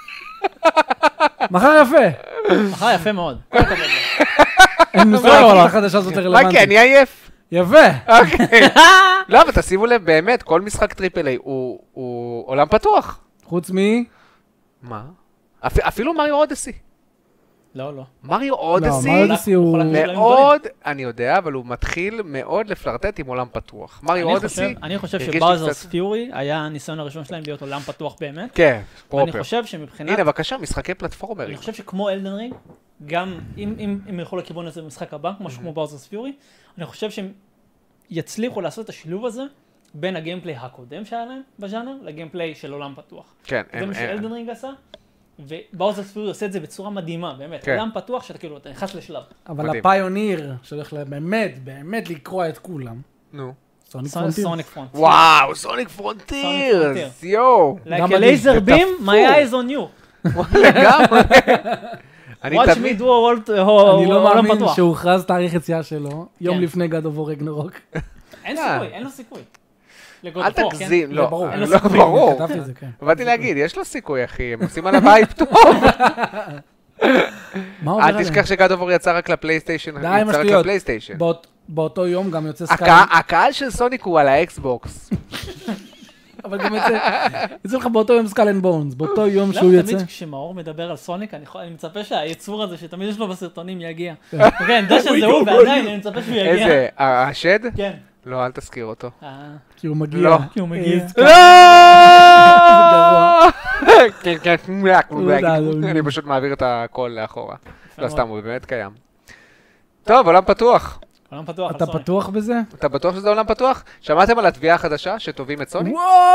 מחר יפה. מחר יפה מאוד. כל הכבוד. אין מוזר, החדשה הזאת רלוונטית. מה, כי אני עייף? יפה. אוקיי. לא, אבל תשימו לב, באמת, כל משחק טריפל איי הוא עולם פתוח. חוץ מי? מה? אפילו מריו אודסי. לא, לא. מריו אודסי הוא מאוד, אני יודע, אבל הוא מתחיל מאוד לפלרטט עם עולם פתוח. מריו אודסי... אני חושב שבאוזרס פיורי היה הניסיון הראשון שלהם להיות עולם פתוח באמת. כן, פרופר. אני חושב שמבחינת... הנה, בבקשה, משחקי פלטפורמרים. אני חושב שכמו אלדן רינג, גם אם הם ילכו לכיוון הזה במשחק הבא, משהו כמו באוזרס פיורי, אני חושב שהם יצליחו לעשות את השילוב הזה בין הגיימפליי הקודם שהיה להם בז'אנר, לגיימפליי של עולם פתוח. כן. זה מה שאלדן רינג עשה. ובאוזרס פיורי עושה את זה בצורה מדהימה, באמת. עולם פתוח שאתה כאילו, אתה נכנס לשלב. אבל הפיוניר שהולך באמת, באמת לקרוא את כולם. נו. סוניק פרונטיר. וואו, סוניק פרונטיר. יואו. Like a laser beam, my eyes on you. לגמרי. Watch me do a עולם פתוח. אני לא מאמין שהוכרז תאריך יציאה שלו, יום לפני God of War Ragnarok. אין סיכוי, אין לו סיכוי. אל תגזים, לא, ברור. לא ברור. כתבתי את זה, כן. באתי להגיד, יש לו סיכוי, אחי, הם עושים עליו הייפ טוב. אל תשכח שגד אובר יצא רק לפלייסטיישן, די עם השטויות. באותו יום גם יוצא סקאי. הקהל של סוניק הוא על האקסבוקס. אבל גם יוצא לך באותו יום סקל אנד בונס, באותו יום שהוא יוצא. תמיד כשמאור מדבר על סוניק, אני מצפה שהיצור הזה שתמיד יש לו בסרטונים יגיע. כן, אני יודע שזה הוא, ועדיין אני מצפה שהוא יגיע. איזה, השד? כן. לא, אל תזכיר אותו. כי הוא מגיע. לא. כי הוא מגיע. לא! כן, כן, אני פשוט מעביר את הכל לאחורה. לא, סתם, הוא באמת קיים. טוב, עולם פתוח. עולם פתוח. אתה פתוח בזה? אתה בטוח שזה עולם פתוח? שמעתם על התביעה החדשה שטובים את סוני?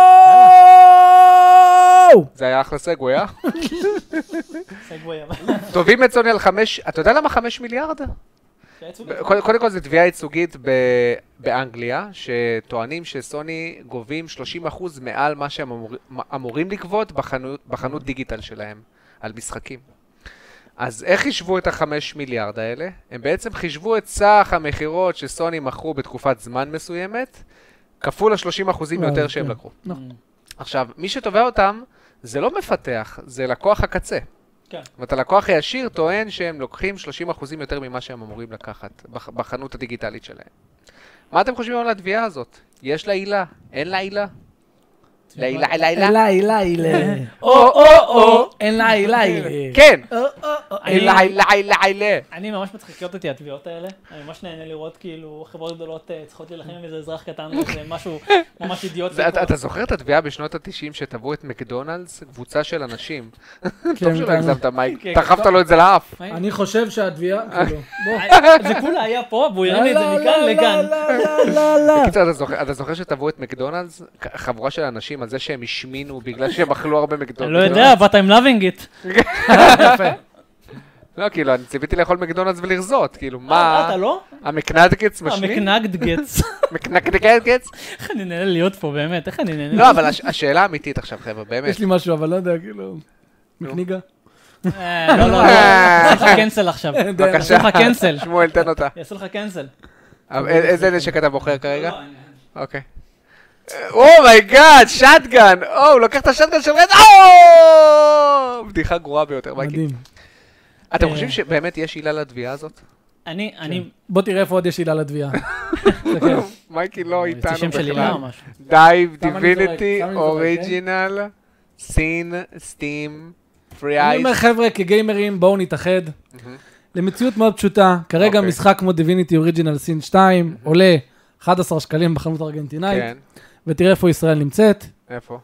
וואו! זה היה אחלה סגווי, אה? סגווי, אבל... טובים את סוני על חמש... אתה יודע למה חמש מיליארד? קודם כל זה תביעה ייצוגית באנגליה, שטוענים שסוני גובים שלושים אחוז מעל מה שהם אמורים לגבות בחנות דיגיטל שלהם, על משחקים. אז איך חישבו את החמש מיליארד האלה? הם בעצם חישבו את סך המחירות שסוני מכרו בתקופת זמן מסוימת, כפול ה-שלושים אחוזים יותר שהם לקחו. עכשיו, מי שתובע אותם זה לא מפתח, זה לקוח הקצה. ואת הלקוח הישיר טוען שהם לוקחים שלושים אחוזים יותר ממה שהם אמורים לקחת בחנות הדיגיטלית שלהם. מה אתם חושבים על התביעה הזאת? יש לה עילה? אין לה עילה? לה עילה, עילה, עילה? עילה, עילה, עילה. או, או, או. אין לה עילה, עילה. כן. עילה, עילה, עילה, עילה. אני ממש מצחיקות אותי התביעות האלה. אני ממש נהנה לראות כאילו חברות גדולות צריכות להילחם עם איזה אזרח קטן, זה משהו ממש אידיוט. אתה זוכר את התביעה בשנות ה-תשעים שטבעו את מקדונלדס, קבוצה של אנשים? טוב שלא הגזמת, מייק. דחפת לו את זה לאף. אני חושב שהתביעה, כאילו, בוא. זה כולה היה פה, והוא ירים את זה מכאן לכאן. אתה זוכר שטבעו את מקדונלדס, חבורה של אנשים על זה שהם השמינו בגלל שהם אכלו הרבה מקדונלדס? אני לא יודע, but I'm loving it. יפה. לא, כאילו, אני ציפיתי לאכול מקדונלדס ולרזות, כאילו, מה... אתה לא? המקנדגץ משמין? המקנגדגץ. מקנגדגץ? איך אני נהנה להיות פה, באמת, איך אני נהנה? לא, אבל השאלה האמיתית עכשיו, חבר'ה, באמת. יש לי משהו, אבל לא יודע, כאילו... מקניגה? לא, לא, לא, יעשו לך קנסל עכשיו. בבקשה. יעשו לך קנסל. שמואל, תן אותה. יעשו לך קנסל. איזה נשק אתה בוחר כרגע? אוקיי. אומייגאד, שטגן! או, הוא לוקח את השטגן של רד, או! בדיחה גרועה ביותר, מייקי. מדהים. אתם חושבים שבאמת יש עילה לתביעה הזאת? אני, אני... בוא תראה איפה עוד יש עילה לתביעה. מייקי לא איתנו זה שם של עילה או משהו. דייב, דיביניטי, אוריג'ינל, סין, סטים, פרי אני אייס. אומר חבר'ה, כגיימרים, בואו נתאחד. למציאות מאוד פשוטה, כרגע משחק כמו דיביניטי אוריג'ינל סין שתיים, עולה אחד עשר שקלים בחנות ארגנטינאית, ותראה איפה ישראל נמצאת. איפה?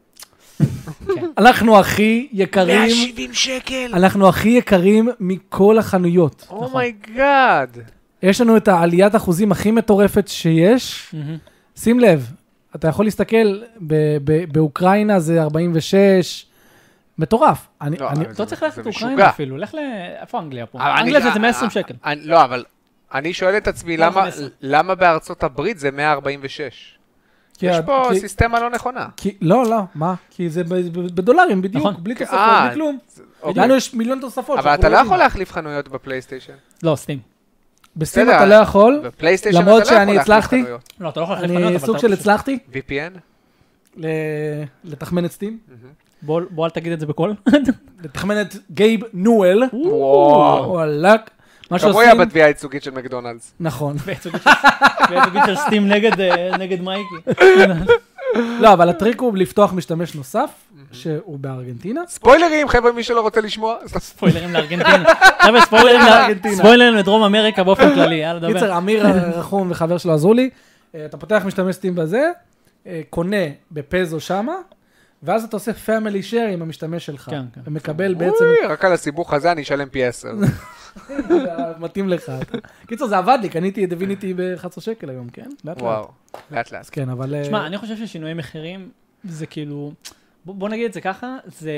אנחנו הכי יקרים, מאה שבעים שקל! אנחנו הכי יקרים מכל החנויות. אומייגאד! יש לנו את העליית אחוזים הכי מטורפת שיש. שים לב, אתה יכול להסתכל, באוקראינה זה ארבעים ושש, מטורף. לא צריך ללכת לאוקראינה אפילו, לך ל... איפה אנגליה פה? אנגליה זה מאה ועשרים שקל. לא, אבל אני שואל את עצמי, למה בארצות הברית זה מאה ארבעים ושש? יש פה סיסטמה לא נכונה. לא, לא, מה? כי זה בדולרים בדיוק, בלי תוספות, בלי כלום. לנו יש מיליון תוספות. אבל אתה לא יכול להחליף חנויות בפלייסטיישן. לא, סטים. בסטים אתה לא יכול, למרות שאני הצלחתי. לא, אתה לא יכול להחליף חנויות. אני סוג של הצלחתי. וי פי אן? לתחמן את סטים. בוא אל תגיד את זה בקול. לתחמן את גייב נואל. וואו. וואלק. כמו היה בתביעה הייצוגית של מקדונלדס. נכון. הייצוגית של סטים נגד מייקי. לא, אבל הטריק הוא לפתוח משתמש נוסף, שהוא בארגנטינה. ספוילרים, חבר'ה, מי שלא רוצה לשמוע. ספוילרים לארגנטינה. חבר'ה, ספוילרים לדרום אמריקה באופן כללי. קיצר, אמיר רחום וחבר שלו עזרו לי. אתה פותח משתמש סטים בזה, קונה בפזו שמה, ואז אתה עושה פמילי שייר עם המשתמש שלך. ומקבל בעצם... אוי, רק על הסיבוך הזה אני אשלם פי עשר. מתאים לך. קיצור, זה עבד לי, קניתי את דיביניטי ב-אחד עשר שקל היום, כן? לאט לאט. וואו, לאט לאט. כן, אבל... תשמע, אני חושב ששינויי מחירים, זה כאילו... בוא נגיד את זה ככה, זה...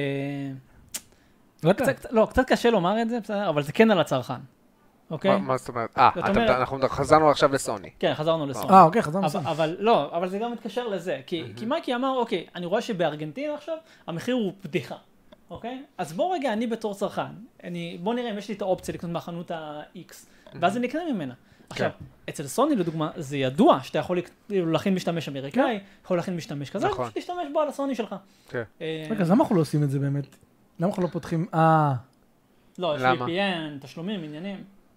לא, קצת קשה לומר את זה, אבל זה כן על הצרכן. אוקיי? מה זאת אומרת? אה, אנחנו חזרנו עכשיו לסוני. כן, חזרנו לסוני. אה, אוקיי, חזרנו לסוני. אבל לא, אבל זה גם מתקשר לזה. כי מייקי אמר, אוקיי, אני רואה שבארגנטינה עכשיו, המחיר הוא בדיחה. אוקיי? אז בוא רגע, אני בתור צרכן, אני, בוא נראה אם יש לי את האופציה לקנות מהחנות ה-X, ואז אני אקנה ממנה. עכשיו, אצל סוני לדוגמה, זה ידוע שאתה יכול להכין משתמש אמריקאי, יכול להכין משתמש כזה, פשוט להשתמש בו על הסוני שלך. רגע, אז למה אנחנו לא עושים את זה באמת? למה אנחנו לא פותחים... אה... לא, יש וי פי אן, תשלומים, עניינים.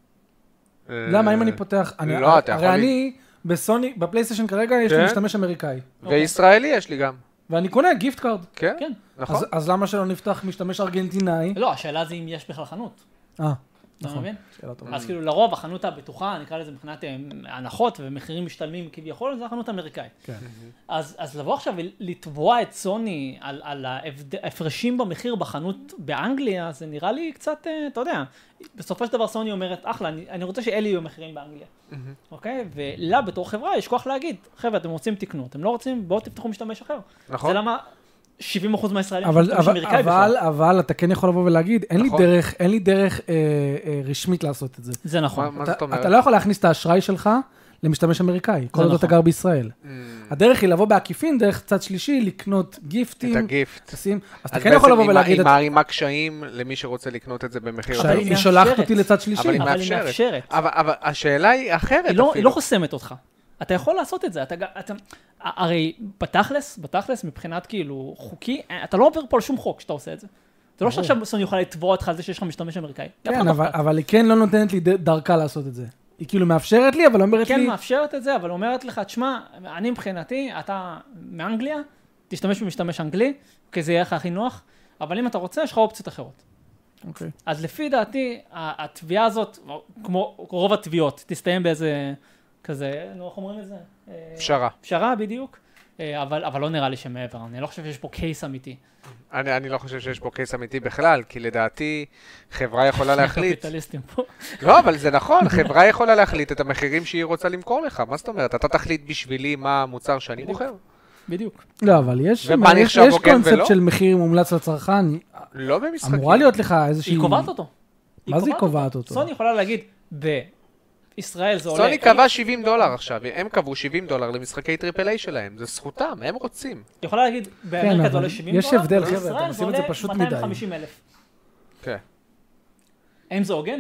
למה, אם אני פותח... לא, אתה יכול... הרי אני, בסוני, בפלייסטיישן כרגע, יש לי משתמש אמריקאי. וישראלי יש לי גם. ואני קונה גיפט קארד. כן, נכון. אז למה שלא נפתח משתמש ארגנטינאי? לא, השאלה זה אם יש בכלל חנות. אה, אתה מבין? אז כאילו לרוב החנות הבטוחה, נקרא לזה מבחינת הנחות ומחירים משתלמים כביכול, זה החנות האמריקאית. אז לבוא עכשיו ולתבוע את סוני על ההפרשים במחיר בחנות באנגליה, זה נראה לי קצת, אתה יודע, בסופו של דבר סוני אומרת, אחלה, אני רוצה שאלה יהיו מחירים באנגליה. אוקיי? ולה בתור חברה יש כוח להגיד, חבר'ה, אתם רוצים תקנו, אתם לא רוצים, בואו תפתחו משתמש אחר. נכון. זה למה... שבעים אחוז מהישראלים משתמש אמריקאי בכלל. אבל אתה כן יכול לבוא ולהגיד, אין לי דרך, אין לי דרך רשמית לעשות את זה. זה נכון. מה זאת אומרת? אתה לא יכול להכניס את האשראי שלך למשתמש אמריקאי, כל עוד אתה גר בישראל. הדרך היא לבוא בעקיפין, דרך צד שלישי, לקנות גיפטים. את הגיפט. אז אתה כן יכול לבוא ולהגיד... היא מערימה קשיים למי שרוצה לקנות את זה במחיר. היא שולחת אותי לצד שלישי. אבל היא מאפשרת. אבל השאלה היא אחרת. היא לא חוסמת אותך. אתה יכול לעשות את זה, אתה, אתה, הרי בתכלס, בתכלס, מבחינת כאילו חוקי, אתה לא עובר פה על שום חוק כשאתה עושה את זה. זה לא שעכשיו סוני יכולה לתבוע אותך על זה שיש לך משתמש אמריקאי. כן, אבל, אבל היא כן לא נותנת לי דרכה לעשות את זה. היא כאילו מאפשרת לי, אבל אומרת כן לי... כן מאפשרת את זה, אבל אומרת לך, תשמע, אני מבחינתי, אתה מאנגליה, תשתמש במשתמש אנגלי, כי זה יהיה לך הכי נוח, אבל אם אתה רוצה, יש לך אופציות אחרות. אוקיי. אז לפי דעתי, התביעה הזאת, כמו רוב התביעות, תסתיים באיזה... כזה, נו, איך אומרים את זה? פשרה. פשרה, בדיוק. אבל, אבל לא נראה לי שמעבר. אני לא חושב שיש פה קייס אמיתי. אני, אני לא חושב שיש פה קייס אמיתי בכלל, כי לדעתי חברה יכולה להחליט. קפיטליסטים פה. לא, אבל זה נכון, חברה יכולה להחליט את המחירים שהיא רוצה למכור לך. מה זאת אומרת? אתה תחליט בשבילי מה המוצר שאני מוכר. בדיוק. לא, אבל יש, יש, יש קונספט של מחיר מומלץ לצרכן. לא במשחקים. אמורה להיות לך איזושהי... היא קובעת אותו. מה זה היא קובעת אותו? סוני יכולה להגיד, ב... ישראל זה עולה... סוני קבע שבעים דולר עכשיו, הם קבעו שבעים דולר למשחקי טריפל איי שלהם, זה זכותם, הם רוצים. יכולה להגיד, באמריקה זה עולה שבעים דולר, יש הבדל, חבר'ה, אתם עושים את זה פשוט מדי. מאתיים וחמישים אלף. כן. האם זה הוגן? לא.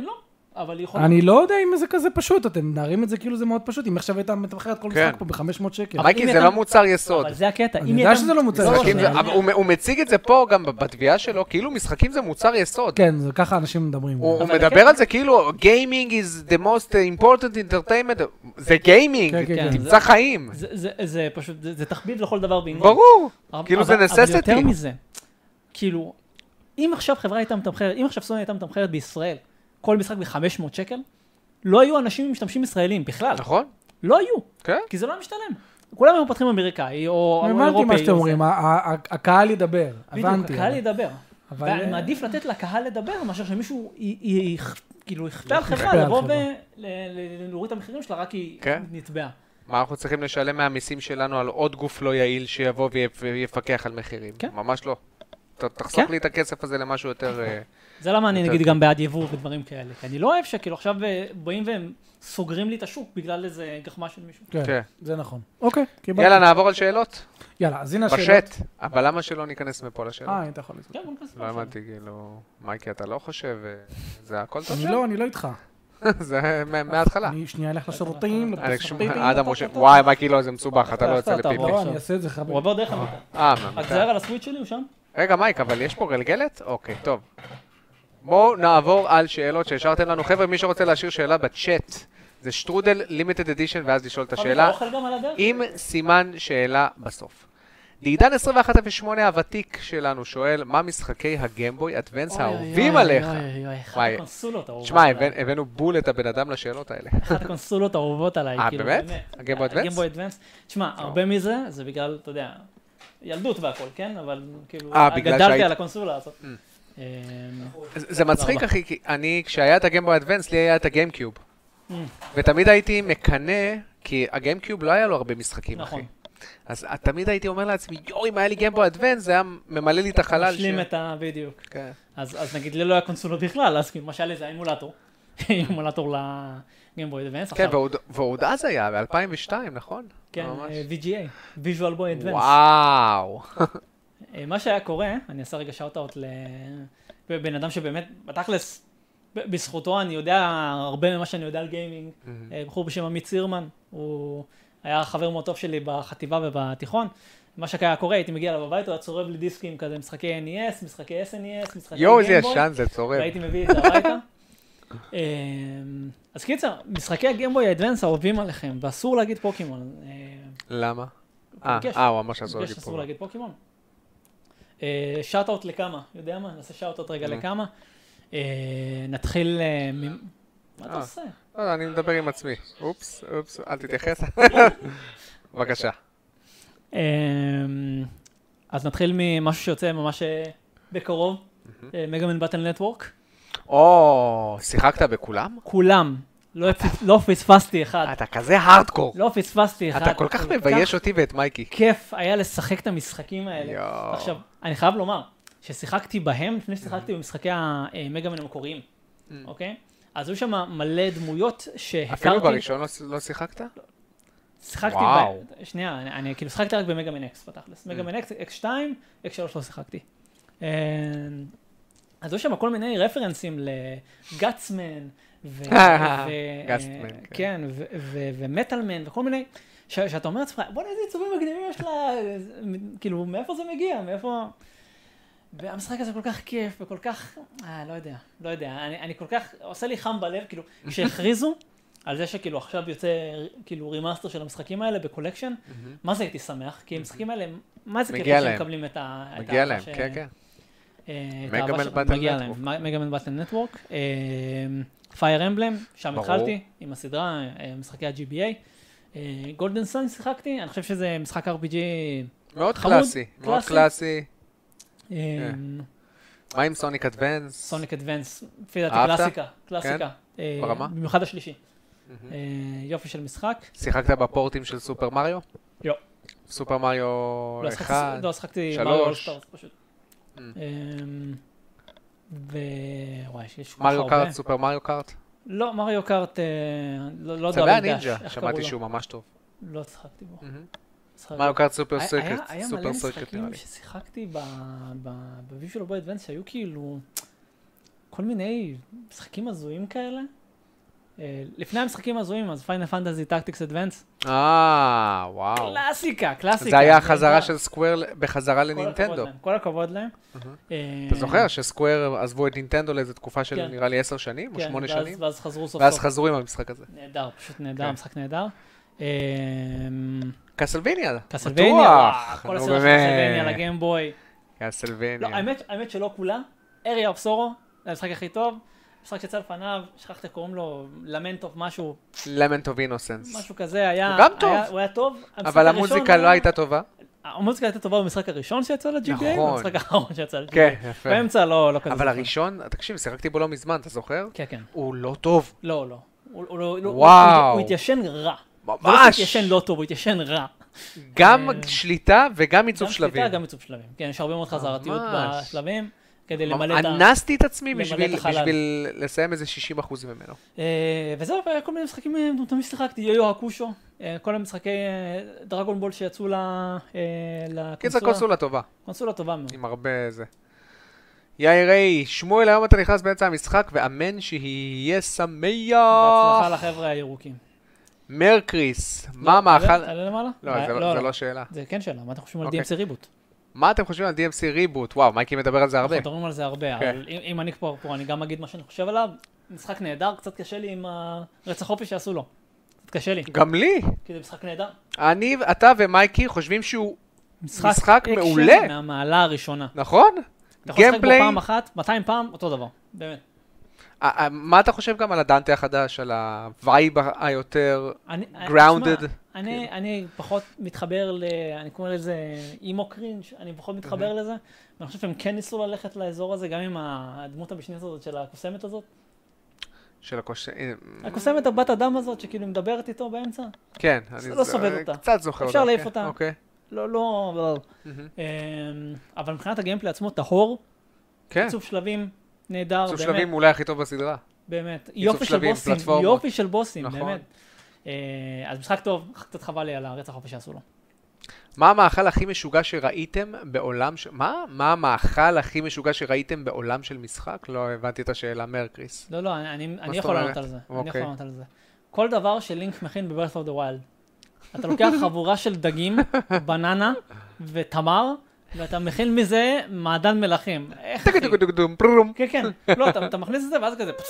אבל היא יכולה... אני לא יודע אם זה כזה פשוט, אתם נערים את זה כאילו זה מאוד פשוט, אם עכשיו הייתה מתמחרת כל משחק פה ב-חמש מאות שקל. מייקי, זה לא מוצר יסוד. אבל זה הקטע. אני יודע שזה לא מוצר יסוד. הוא מציג את זה פה גם בתביעה שלו, כאילו משחקים זה מוצר יסוד. כן, ככה אנשים מדברים. הוא מדבר על זה כאילו, gaming is the most important entertainment, זה גיימינג, תמצא חיים. זה פשוט, זה תחביב לכל דבר בעניין. ברור, כאילו זה necessity. אבל יותר מזה, כאילו, אם עכשיו חברה הייתה מתמחרת, אם עכשיו סוני הייתה מתמחרת בישראל, כל משחק ב-חמש מאות שקל, לא היו אנשים עם משתמשים ישראלים בכלל. נכון. לא היו. כן. כי זה לא משתלם. כולם היו פותחים אמריקאי או אירופאי. הבנתי מה שאתם אומרים, הקהל ידבר. בדיוק, הקהל ידבר. ואני מעדיף לתת לקהל לדבר, מאשר שמישהו כאילו יכפה על חברה לבוא ולהוריד את המחירים שלה, רק כי נתבעה. מה אנחנו צריכים לשלם מהמיסים שלנו על עוד גוף לא יעיל שיבוא ויפקח על מחירים? ממש לא. תחסוך לי את הכסף הזה למשהו יותר... זה למה אני נגיד גם בעד יבוא ודברים כאלה. כי אני לא אוהב שכאילו עכשיו באים והם סוגרים לי את השוק בגלל איזה גחמה של מישהו. כן, זה נכון. אוקיי. יאללה, נעבור על שאלות. יאללה, אז הנה השאלות. בשט. אבל למה שלא ניכנס מפה לשאלות? אה, אתה יכול לזכות. כן, בוא ניכנס. לא הבנתי, כאילו... מייקי, אתה לא חושב... זה הכל טוב? אני לא, אני לא איתך. זה מההתחלה. אני שנייה אלך לשירותים. אדם משה, וואי, מייקי לא, זה מסובך, אתה לא יוצא לפיפי. לא, אני אעשה את זה חבר. הוא עבר דרך המיטה. אה, הגזר על הסוויץ' שלי הוא שם? רגע, מייק, אבל יש פה גלגלת? אוקיי, טוב. בואו נעבור על שאלות שהשארתם לנו. חבר'ה, מי שרוצה להשאיר שאלה בצ'אט, זה שטרודל לימיטד אדישן, ואז לשאול את השאלה עם סימן שאלה בסוף. לעידן עשרים ואחת אפס שמונה הוותיק שלנו שואל, מה משחקי הגיימבוי אדוונס האהובים עליך? אוי אוי, אחת הקונסולות האהובות תשמע, עליי. הבאנו בול את הבן אדם לשאלות האלה. אחת הקונסולות האהובות עליי. אה, באמת? הגיימבוי אדוונס? הגיימבוי אדוונס. תשמע, הרבה מזה זה בגלל, אתה יודע, ילדות והכל, כן? אבל כאילו, גדלתי על הקונסולה הזאת. זה מצחיק, אחי, כי אני, כשהיה את הגיימבוי אדוונס, לי היה את הגיימקיוב. ותמיד הייתי מקנה, כי הגיימקיוב לא היה לו הרבה משחקים, אחי. אז תמיד הייתי אומר לעצמי, יואי, אם היה לי גיימבוי אדוונס, זה היה ממלא לי את החלל. משלים את ה... בדיוק. אז נגיד, לי לא היה קונסולות בכלל, אז מה שהיה לי זה האימולטור. אימולטור לגיימבוי אדוונס. כן, ועוד אז היה, ב-אלפיים ושתיים, נכון? כן, וי ג'י איי, Visual Boy Advance. וואו. מה שהיה קורה, אני אעשה רגע שאוט-אוט לבן אדם שבאמת, בתכלס, בזכותו אני יודע הרבה ממה שאני יודע על גיימינג. בחור בשם עמית צירמן, הוא היה חבר מאוד טוב שלי בחטיבה ובתיכון. מה שהיה קורה, הייתי מגיע אליו בבית, הוא היה צורב לי דיסקים כזה, משחקי אן אי אס, משחקי אס אן אי אס, משחקי גיימבוי. יואו, זה ישן, זה צורב. והייתי מביא את זה הביתה. אז קיצר, משחקי הגיימבוי אדוונס אהובים עליכם, ואסור להגיד פוקימון. למה? אה, הוא ממש אסור להגיד פוקימון. אסור להגיד פוקימון. שאוט-אוט לכמה, יודע מה? נעשה שאוט-אוט רגע לכמה. נתחיל... מה אתה עושה? לא, אני מדבר עם עצמי. אופס, אופס, אל תתייחס. בבקשה. אז נתחיל ממשהו שיוצא ממש בקרוב, מגה-מן באטל נטוורק. או, שיחקת בכולם? כולם. לא פספסתי אחד. אתה כזה הארדקור. לא פספסתי אחד. אתה כל כך מבייש אותי ואת מייקי. כיף היה לשחק את המשחקים האלה. עכשיו, אני חייב לומר, ששיחקתי בהם, לפני ששיחקתי במשחקי המגה-מן המקוריים, אוקיי? אז היו שם מלא דמויות שהכרתי... אפילו בראשון לא שיחקת? שיחקתי ב... שנייה, אני כאילו שיחקתי רק במגה-מן אקס בתכלס. מגה-מן אקס, אקס שתיים, אקס שלוש לא שיחקתי. אז היו שם כל מיני רפרנסים לגאטסמן, כן, ומטלמן, וכל מיני, שאתה אומר לעצמך, בוא נראה איזה עיצובים מקדימים יש לה, כאילו, מאיפה זה מגיע, מאיפה... והמשחק הזה כל כך כיף, וכל כך, אה, לא יודע, לא יודע, אני כל כך, עושה לי חם בלב, כאילו, כשהכריזו על זה שכאילו עכשיו יוצא, כאילו, רימאסטר של המשחקים האלה בקולקשן, מה זה הייתי שמח? כי המשחקים האלה, מה זה כיף שהם מקבלים את ה... מגיע להם, כן, כן. מגה-מן באטל נטוורק. מגה-מן באטל נטוורק. פייר אמבלם, שם התחלתי עם הסדרה, משחקי ה-ג'י בי איי. גולדן סאן שיחקתי, אני חושב שזה משחק אר פי ג'י מאוד קלאסי, מאוד קלאסי. מה עם סוניק אדוונס? סוניק אדוונס, לפי דעתי קלאסיקה, קלאסיקה. ברמה? במיוחד השלישי. יופי של משחק. שיחקת בפורטים של סופר מריו? לא. סופר מריו אחד, לא, שיחקתי מריו אולסטארס פשוט. ווואי, יש כל כך הרבה. מריו קארט, סופר מריו קארט? לא, מריו קארט, לא יודע. צבע הנינג'ה, שמעתי שהוא ממש טוב. לא שיחקתי בו. מריו קארט סופר סרקט, היה מלא משחקים ששיחקתי בוויז'ואל בוי אדוונס, שהיו כאילו כל מיני משחקים הזויים כאלה, לפני המשחקים הזויים, אז פיינל פנטזי טקטיקס אדוונס. אה, וואו. קלאסיקה, קלאסיקה. זה היה החזרה של סקוואר בחזרה לנינטנדו. כל הכבוד להם. אתה זוכר שסקוואר עזבו את נינטנדו לאיזו תקופה של נראה לי עשר שנים או שמונה שנים? ואז חזרו סוף סוף. ואז חזרו עם המשחק הזה. נהדר, פשוט נהדר, משחק נהדר. קסלבניה, קסלבניה, כל הסרט של קסלבניה לגיימבוי. קסלבניה. לא, האמת שלא כולה. אריה אוף סורו, זה המשחק הכי טוב. משחק שיצא לפניו, שכחת קוראים לו למנט אוף משהו. למנט אוף אינוסנס. משהו כזה, היה... הוא גם טוב. הוא היה טוב. אבל המוזיקה לא הייתה טובה. המוזיקה הייתה טובה במשחק הראשון שיצא ל-ג'י בי איי, נכון. במשחק האחרון שיצא ל-ג'י בי כן, איי. יפה. באמצע לא כזה. אבל הראשון, תקשיב, שיחקתי בו לא מזמן, אתה זוכר? כן, כן. הוא לא טוב. לא, לא. וואו. הוא התיישן רע. ממש. זה לא התיישן לא טוב, הוא התיישן רע. גם שליטה וגם עיצוב גם שלבים. שליטה, גם עיצוב שלבים. כן, יש הרבה מאוד חזרתיות בשלבים, כדי למלא את ה... אנסתי את עצמי בשביל לסיים איזה שישים אחוז ממנו. וזהו, כל מיני משחקים, תמיד שיחקתי, יו-יו הקושו, כל המשחקי דרגון בול שיצאו לקונסולה. כן, זו קונסולה טובה. קונסולה טובה מאוד. עם הרבה זה. יאיר ריי, שמואל, היום אתה נכנס באמצע המשחק, ואמן שיהיה שמח. בהצלחה לחבר'ה הירוקים. מרקריס, מה מאכל... תעלה למעלה? לא, זה לא שאלה. זה כן שאלה, מה אתם חושבים על די אם סי ריבוט? מה אתם חושבים על די אם סי ריבוט? וואו, מייקי מדבר על זה הרבה. אנחנו מדברים על זה הרבה, אבל אם אני פה, אני גם אגיד מה שאני חושב עליו. משחק נהדר, קצת קשה לי עם הרצח חופש שעשו לו. קצת קשה לי. גם לי. כי זה משחק נהדר. אני, אתה ומייקי חושבים שהוא משחק מעולה. אקשן מהמעלה הראשונה. נכון? אתה יכול לשחק בו פעם אחת, מאתיים פעם, אותו דבר. באמת. מה אתה חושב גם על הדנטה החדש, על הווייב היותר grounded? אני פחות מתחבר ל... אני קורא לזה אימו קרינג', אני פחות מתחבר לזה. ואני חושב שהם כן ניסו ללכת לאזור הזה, גם עם הדמות המשנית הזאת של הקוסמת הזאת. של הקוסמת? הקוסמת הבת אדם הזאת, שכאילו מדברת איתו באמצע. כן. לא סובל אותה. קצת זוכר אותה. אפשר להעיף אותה. אוקיי. לא, לא, אבל מבחינת הגיימפלי עצמו, טהור. כן. עיצוב שלבים. נהדר, באמת. עיצוב שלבים אולי הכי טוב בסדרה. באמת. יופי של בוסים, יופי של בוסים, באמת. אז משחק טוב, קצת חבל לי על הרצח חופש שעשו לו. מה המאכל הכי משוגע שראיתם בעולם של... מה? מה המאכל הכי משוגע שראיתם בעולם של משחק? לא הבנתי את השאלה, מרקריס. לא, לא, אני יכול לענות על זה. אני יכול לענות על זה. כל דבר שלינק מכין ב-Breath of the Wild. אתה לוקח חבורה של דגים, בננה ותמר, ואתה מכין מזה מעדן מלאכים. איך אחי? כן, כן. לא, אתה מכניס את זה ואז כזה...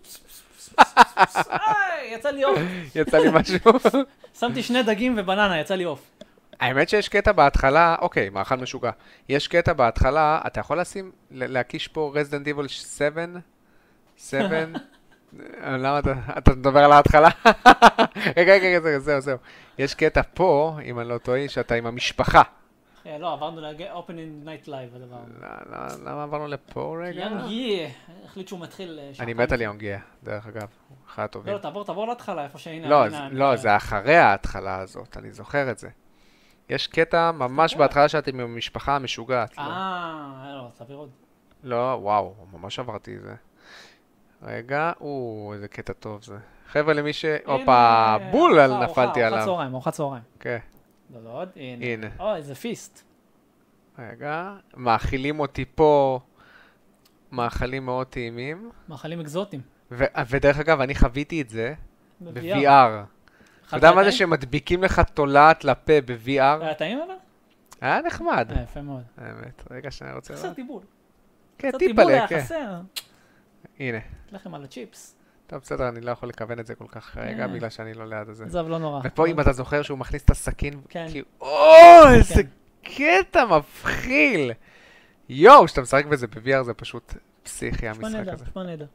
יצא לי אוף. יצא לי משהו. שמתי שני דגים ובננה, יצא לי אוף. האמת שיש קטע בהתחלה, אוקיי, מאכל משוגע. יש קטע בהתחלה, אתה יכול לשים, להקיש פה Resident Evil שבע? שבע? למה אתה, אתה מדבר על ההתחלה? רגע, רגע, רגע, זהו, זהו. יש קטע פה, אם אני לא טועה, שאתה עם המשפחה. לא, עברנו ל-Opening Night Live הדבר. למה עברנו לפה רגע? יאנג יהיה, החליט שהוא מתחיל... אני מת על יאנג יהיה, דרך אגב, אחד הטובים. לא, תעבור, תעבור להתחלה, איפה שהנה... לא, לא, זה אחרי ההתחלה הזאת, אני זוכר את זה. יש קטע ממש בהתחלה שאתם עם המשפחה המשוגעת. אה, לא, תעביר עוד. לא, וואו, ממש עברתי את זה. רגע, או, איזה קטע טוב זה. חבר'ה, למי ש... הופה, בול נפלתי עליו. ארוחת צהריים, ארוחת צהריים. כן. לא, לא עוד, הנה. הנה. או, איזה פיסט. רגע, מאכילים אותי פה, מאכלים מאוד טעימים. מאכלים אקזוטיים. ודרך אגב, אני חוויתי את זה ב-וי אר. אתה יודע מה זה שמדביקים לך תולעת לפה ב-וי אר? היה טעים אבל? היה נחמד. היה יפה מאוד. האמת, רגע שאני רוצה... חסר טיבול. כן, קצת טיפלה, טיבול היה כן. חסר. הנה. לכם על הצ'יפס. טוב, בסדר, אני לא יכול לכוון את זה כל כך רגע, בגלל שאני לא ליד הזה. עזוב, לא נורא. ופה אם אתה זוכר שהוא מכניס את הסכין, כן. או, איזה קטע מפחיל. יואו, שאתה משחק בזה ב-וי אר זה פשוט פסיכי המשחק הזה. שמה נדע.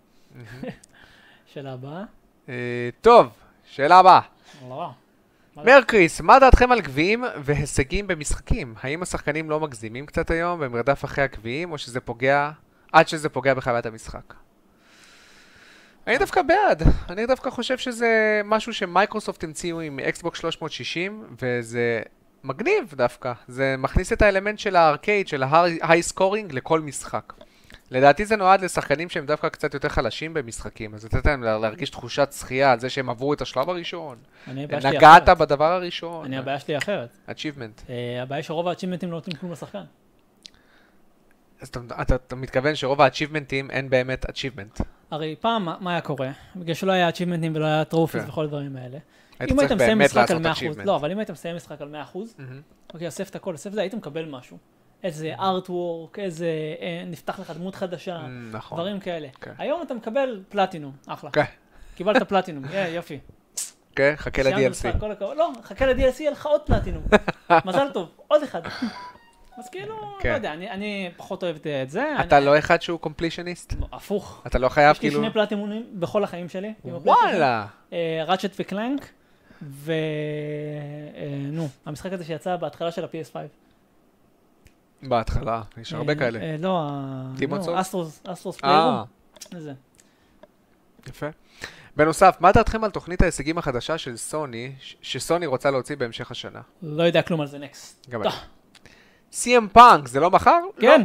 שאלה הבאה. טוב, שאלה הבאה. לא. מרקריס, מה דעתכם על גביעים והישגים במשחקים? האם השחקנים לא מגזימים קצת היום במרדף אחרי הגביעים, או שזה פוגע, עד שזה פוגע בחוויית המשחק? אני דווקא בעד. אני דווקא חושב שזה משהו שמייקרוסופט המציאו עם אקסבוקס שלוש מאות שישים, וזה מגניב דווקא. זה מכניס את האלמנט של הארקייד, של ההיי סקורינג לכל משחק. לדעתי זה נועד לשחקנים שהם דווקא קצת יותר חלשים במשחקים, אז לתת להם להרגיש תחושת זכייה על זה שהם עברו את השלב הראשון. נגעת בדבר הראשון. אני, הבעיה שלי אחרת. achievement. הבעיה שרוב ה-achievementים לא נותנים כלום לשחקן. אז אתה מתכוון שרוב ה-achievementים אין באמת achievement. הרי פעם, מה היה קורה? בגלל שלא היה achievementים ולא היה טרופיס וכל הדברים האלה. היית צריך באמת לעשות achievement. לא, אבל אם היית מסיים משחק על מאה אחוז, אוקיי, אוסף את הכל, אוסף זה, היית מקבל משהו. איזה ארטוורק, איזה, נפתח לך דמות חדשה, דברים כאלה. היום אתה מקבל פלטינום, אחלה. קיבלת פלטינום, יופי. כן, חכה ל-די אל סי. לא, חכה ל-די אל סי, יהיה לך עוד פלטינום. מזל טוב, עוד אחד. אז כאילו, לא יודע, אני פחות אוהב את זה. אתה לא אחד שהוא קומפלישניסט? הפוך. אתה לא חייב כאילו... יש לי שני פלטינומים בכל החיים שלי. וואלה. ראצ'ט וקלנק, נו, המשחק הזה שיצא בהתחלה של ה-פי אס פייב. בהתחלה, יש הרבה כאלה. לא, אסטרוס, אסטרוס פליירום. זה. יפה. בנוסף, מה דעתכם על תוכנית ההישגים החדשה של סוני, שסוני רוצה להוציא בהמשך השנה? לא יודע כלום על זה, נקסט. גם אני. סי אם פאנק, זה לא מחר? כן.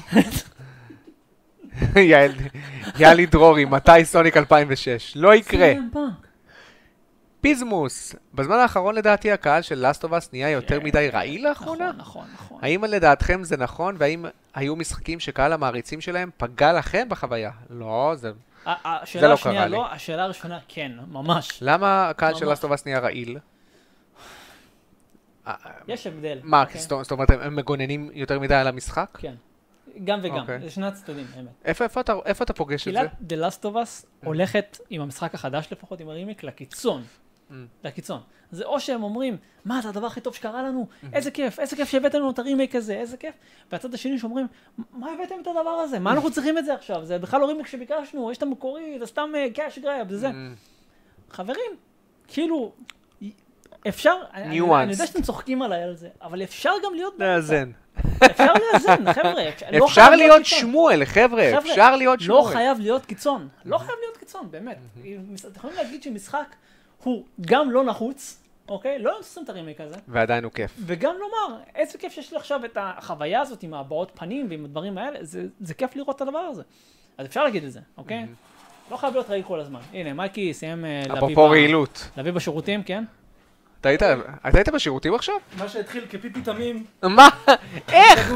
יאלי דרורי, מתי סוניק אלפיים ושש? לא יקרה. סי אם פאנק. פיזמוס, בזמן האחרון לדעתי הקהל של Last of Us נהיה יותר מדי רעיל לאחרונה? נכון, נכון, נכון. האם לדעתכם זה נכון, והאם היו משחקים שקהל המעריצים שלהם פגע לכם בחוויה? לא, זה... השאלה השנייה לא, השאלה הראשונה כן, ממש. למה הקהל של Last of Us נהיה רעיל? יש הבדל. מה, זאת אומרת, הם מגוננים יותר מדי על המשחק? כן, גם וגם, זה שני הצדדים, האמת. איפה אתה פוגש את זה? קהילת The Last of Us הולכת עם המשחק החדש לפחות, עם הרימיק, לקיצון. לקיצון. זה או שהם אומרים, מה, זה הדבר הכי טוב שקרה לנו? איזה כיף, איזה כיף שהבאתם לנו את הרימיק הזה, איזה כיף. והצד השני שאומרים, מה הבאתם את הדבר הזה? מה אנחנו צריכים את זה עכשיו? זה בכלל לא רימיק שביקשנו, יש את המקורי, זה סתם קאש גרייב, זה זה. חברים, כאילו, אפשר, אני יודע שאתם צוחקים עליי על זה, אבל אפשר גם להיות לאזן. אפשר לאזן, חבר'ה. אפשר להיות שמואל, חבר'ה, אפשר להיות שמואל. לא חייב להיות קיצון, לא חייב להיות קיצון, באמת. אתם יכולים להגיד שמשחק הוא גם לא נחוץ, אוקיי? לא עושים את הרימיק הזה. ועדיין הוא כיף. וגם לומר, איזה כיף שיש לי עכשיו את החוויה הזאת עם הבעות פנים ועם הדברים האלה, זה כיף לראות את הדבר הזה. אז אפשר להגיד את זה, אוקיי? לא חייב להיות רעיל כל הזמן. הנה, מייקי סיים להביא בשירותים, כן? אתה היית בשירותים עכשיו? מה שהתחיל כפיפי תמים. מה? איך?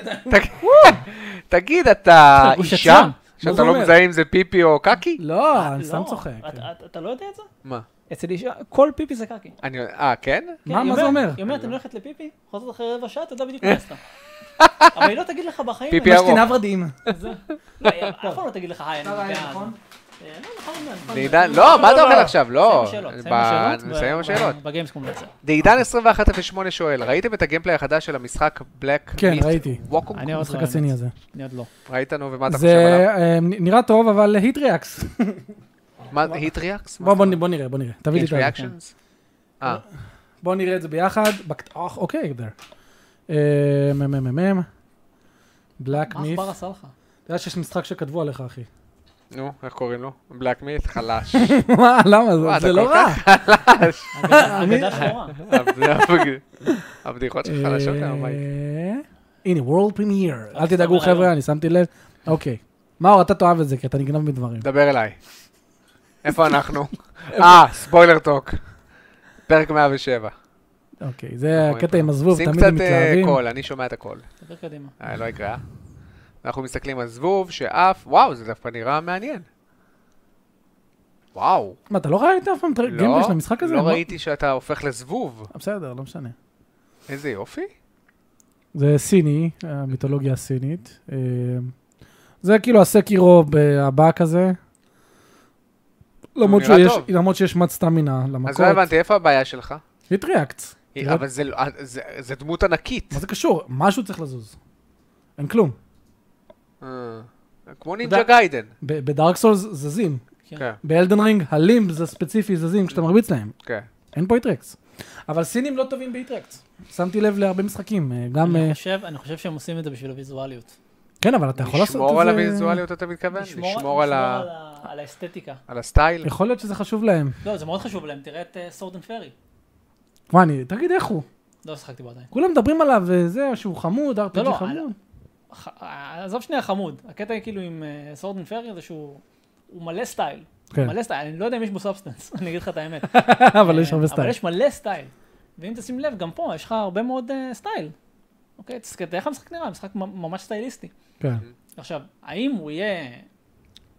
תגיד, אתה אישה? שאתה לא מזהה אם זה פיפי או קקי? לא, אני סתם צוחק. אתה לא יודע את זה? מה? אצל אישה, כל פיפי זה קקי. אה, כן? מה זה אומר? היא אומרת, אני הולכת לפיפי, חוזרת אחרי רבע שעה, אתה יודע בדיוק מה עשתה. אבל היא לא תגיד לך בחיים. פיפי ארוך. משתינה ורדים. אף פעם לא תגיד לך, היי, אני יודע. דעידן, לא, מה אתה אוכל עכשיו? לא, נסיים עם השאלות. בגיימסקום נעשה. דעידן עשרים ואחת אפס שמונה שואל, ראיתם את הגיימפליי החדש של המשחק בלק? כן, ראיתי. אני עוד המשחק הסיני הזה. אני עוד לא. ראית נו, ומה אתה חושב עליו? זה נראה טוב, אבל היט ריאקס. מה, היט ריאקס? בוא נראה, בוא נראה. תביא לי את ריאקשנס? אה. בוא נראה את זה ביחד. אוקיי, there. ממממם. בלק מיף. מה כבר עשה לך? אתה יודע שיש משחק שכתבו עליך, אחי. נו, איך קוראים לו? בלק מיט, חלש. מה, למה? זה לא רע. חלש. אגדה שחורה. הבדיחות שלך חלשות היום, מייק. הנה, World Premiere. אל תדאגו חבר'ה, אני שמתי לב. אוקיי. מאור, אתה תאהב את זה, כי אתה נגנב מדברים. דבר אליי. איפה אנחנו? אה, ספוילר טוק. פרק מאה ושבע. אוקיי, זה הקטע עם הזבוב, תמיד הם מתלהבים. שים קצת קול, אני שומע את הקול. דבר קדימה. לא יקרה. אנחנו מסתכלים על זבוב שאף, וואו, זה דווקא נראה מעניין. וואו. מה, אתה לא ראית אף פעם גיימפליי של המשחק הזה? לא ראיתי שאתה הופך לזבוב. בסדר, לא משנה. איזה יופי. זה סיני, המיתולוגיה הסינית. זה כאילו הסקירו הבא כזה. למרות שיש מד סטמינה למכות. אז לא הבנתי, איפה הבעיה שלך? היט ריאקטס. אבל זה דמות ענקית. מה זה קשור? משהו צריך לזוז. אין כלום. כמו נינג'ה גיידן. בדארק סולס זזים. באלדן רינג, הלימבס הספציפי זזים כשאתה מרביץ להם. אין פה היטרקס. אבל סינים לא טובים בהיטרקס. שמתי לב להרבה משחקים. אני חושב שהם עושים את זה בשביל הוויזואליות. כן, אבל אתה יכול לעשות את זה... לשמור על הוויזואליות, אתה מתכוון? לשמור על האסתטיקה. על הסטייל? יכול להיות שזה חשוב להם. לא, זה מאוד חשוב להם. תראה את סורד אנד פרי. מה, אני... תגיד איך הוא. לא שחקתי בו עדיין. כולם מדברים עליו, וזה, שהוא חמוד, אר פי ג'י חמוד. עזוב שנייה חמוד. הקטע היא כאילו עם סורד אנד פרי זה שהוא מלא סטייל. מלא סטייל. אני לא יודע אם יש בו סאבסטנס, אני אגיד לך את האמת. אבל יש הרבה סטייל. אבל יש מלא סטייל. ואם תשים לב, גם פה יש לך הרבה מאוד סטייל. אוקיי, תראה איך המשחק נראה, המשחק ממש סטייליסטי. כן. עכשיו, האם הוא יהיה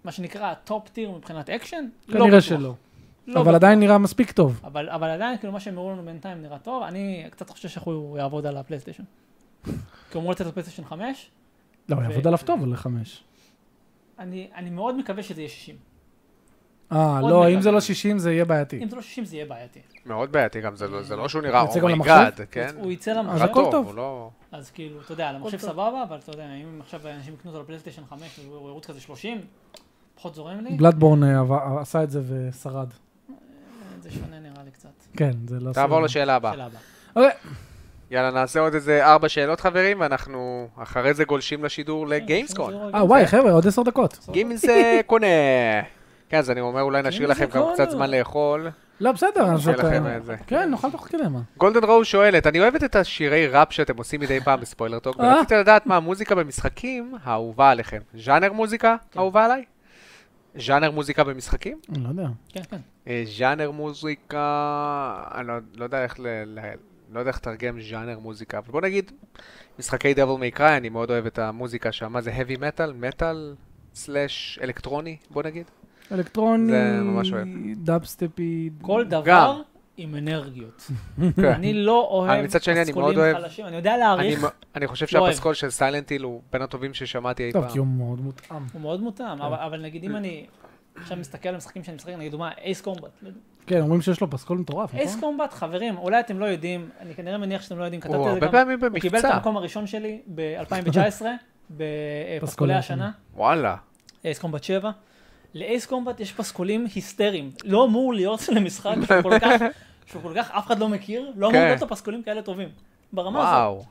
מה שנקרא טופ טיר מבחינת אקשן, כנראה שלא. אבל עדיין נראה מספיק טוב. אבל עדיין, כאילו, מה שהם הראו לנו בינתיים נראה טוב, אני קצת חושב שהוא יעבוד על הפלייסטיישן. כי הוא אמור לצאת לפלייסטיישן חמש. לא, הוא יעבוד עליו טוב על חמש. אני מאוד מקווה שזה יהיה שישים. אה, לא, אם זה לא שישים זה יהיה בעייתי. אם זה לא שישים זה יהיה בעייתי. מאוד בעייתי גם, זה לא שהוא נראה אומייגאד, כן? הוא יצא למחשב. אז הכל טוב. אז כאילו, אתה יודע, למחשב סבבה, אבל אתה יודע, אם עכשיו אנשים יקנו אותו לפלייסטיישן חמש, הוא ירוץ כזה שלושים, פחות זורם לי. בלאדבורן עשה את זה ושרד. זה שונה נראה לי קצת. כן, זה לא... תעבור לשאלה הבאה. שאלה הבאה. אוקיי. יאללה, נעשה עוד איזה ארבע שאלות חברים, ואנחנו אחרי זה גולשים לשידור לגיימסקון. אה, וואי, חבר'ה, עוד עשר דקות. גיימס קונה. כן, אז אני אומר, אולי נשאיר לכם גם קצת זמן לאכול. לא, בסדר. נשאיר לכם את זה. כן, נאכל תוך כדי מה. גולדן רוז שואלת, אני אוהבת את השירי ראפ שאתם עושים מדי פעם בספוילר טוק, ורציתי לדעת מה המוזיקה במשחקים האהובה עליכם. ז'אנר מוזיקה האהובה עליי? ז'אנר מוזיקה במשחקים? אני לא יודע. כן, כן. ז'אנר מוזיקה... אני לא יודע איך ל... לא יודע איך תרגם ז'אנר מוזיקה, אבל בוא נגיד, משחקי Devil May Cry, אני מאוד אוהב את המוזיקה שם, מה זה heavy metal, metal, סלש אלקטרוני, בוא נגיד. אלקטרוני, דאבסטפי, כל דבר עם אנרגיות. אני לא אוהב פסקולים חלשים, אני יודע להעריך. אני חושב שהפסקול של סיילנט היל הוא בין הטובים ששמעתי אי פעם. טוב, כי הוא מאוד מותאם. הוא מאוד מותאם, אבל נגיד אם אני עכשיו מסתכל על משחקים שאני משחק, נגיד דוגמה, אייס קומבט. כן, אומרים שיש לו פסקול מטורף, נכון? אייס קומבט, חברים, אולי אתם לא יודעים, אני כנראה מניח שאתם לא יודעים, כתבתי את זה גם, הוא קיבל את המקום הראשון שלי ב-אלפיים תשע עשרה, בפסקולי השנה. וואלה. אייס קומבט שבע. לאייס קומבט יש פסקולים היסטריים. לא אמור להיות למשחק שהוא כל כך אף אחד לא מכיר, לא אמור להיות הפסקולים כאלה טובים. ברמה הזאת.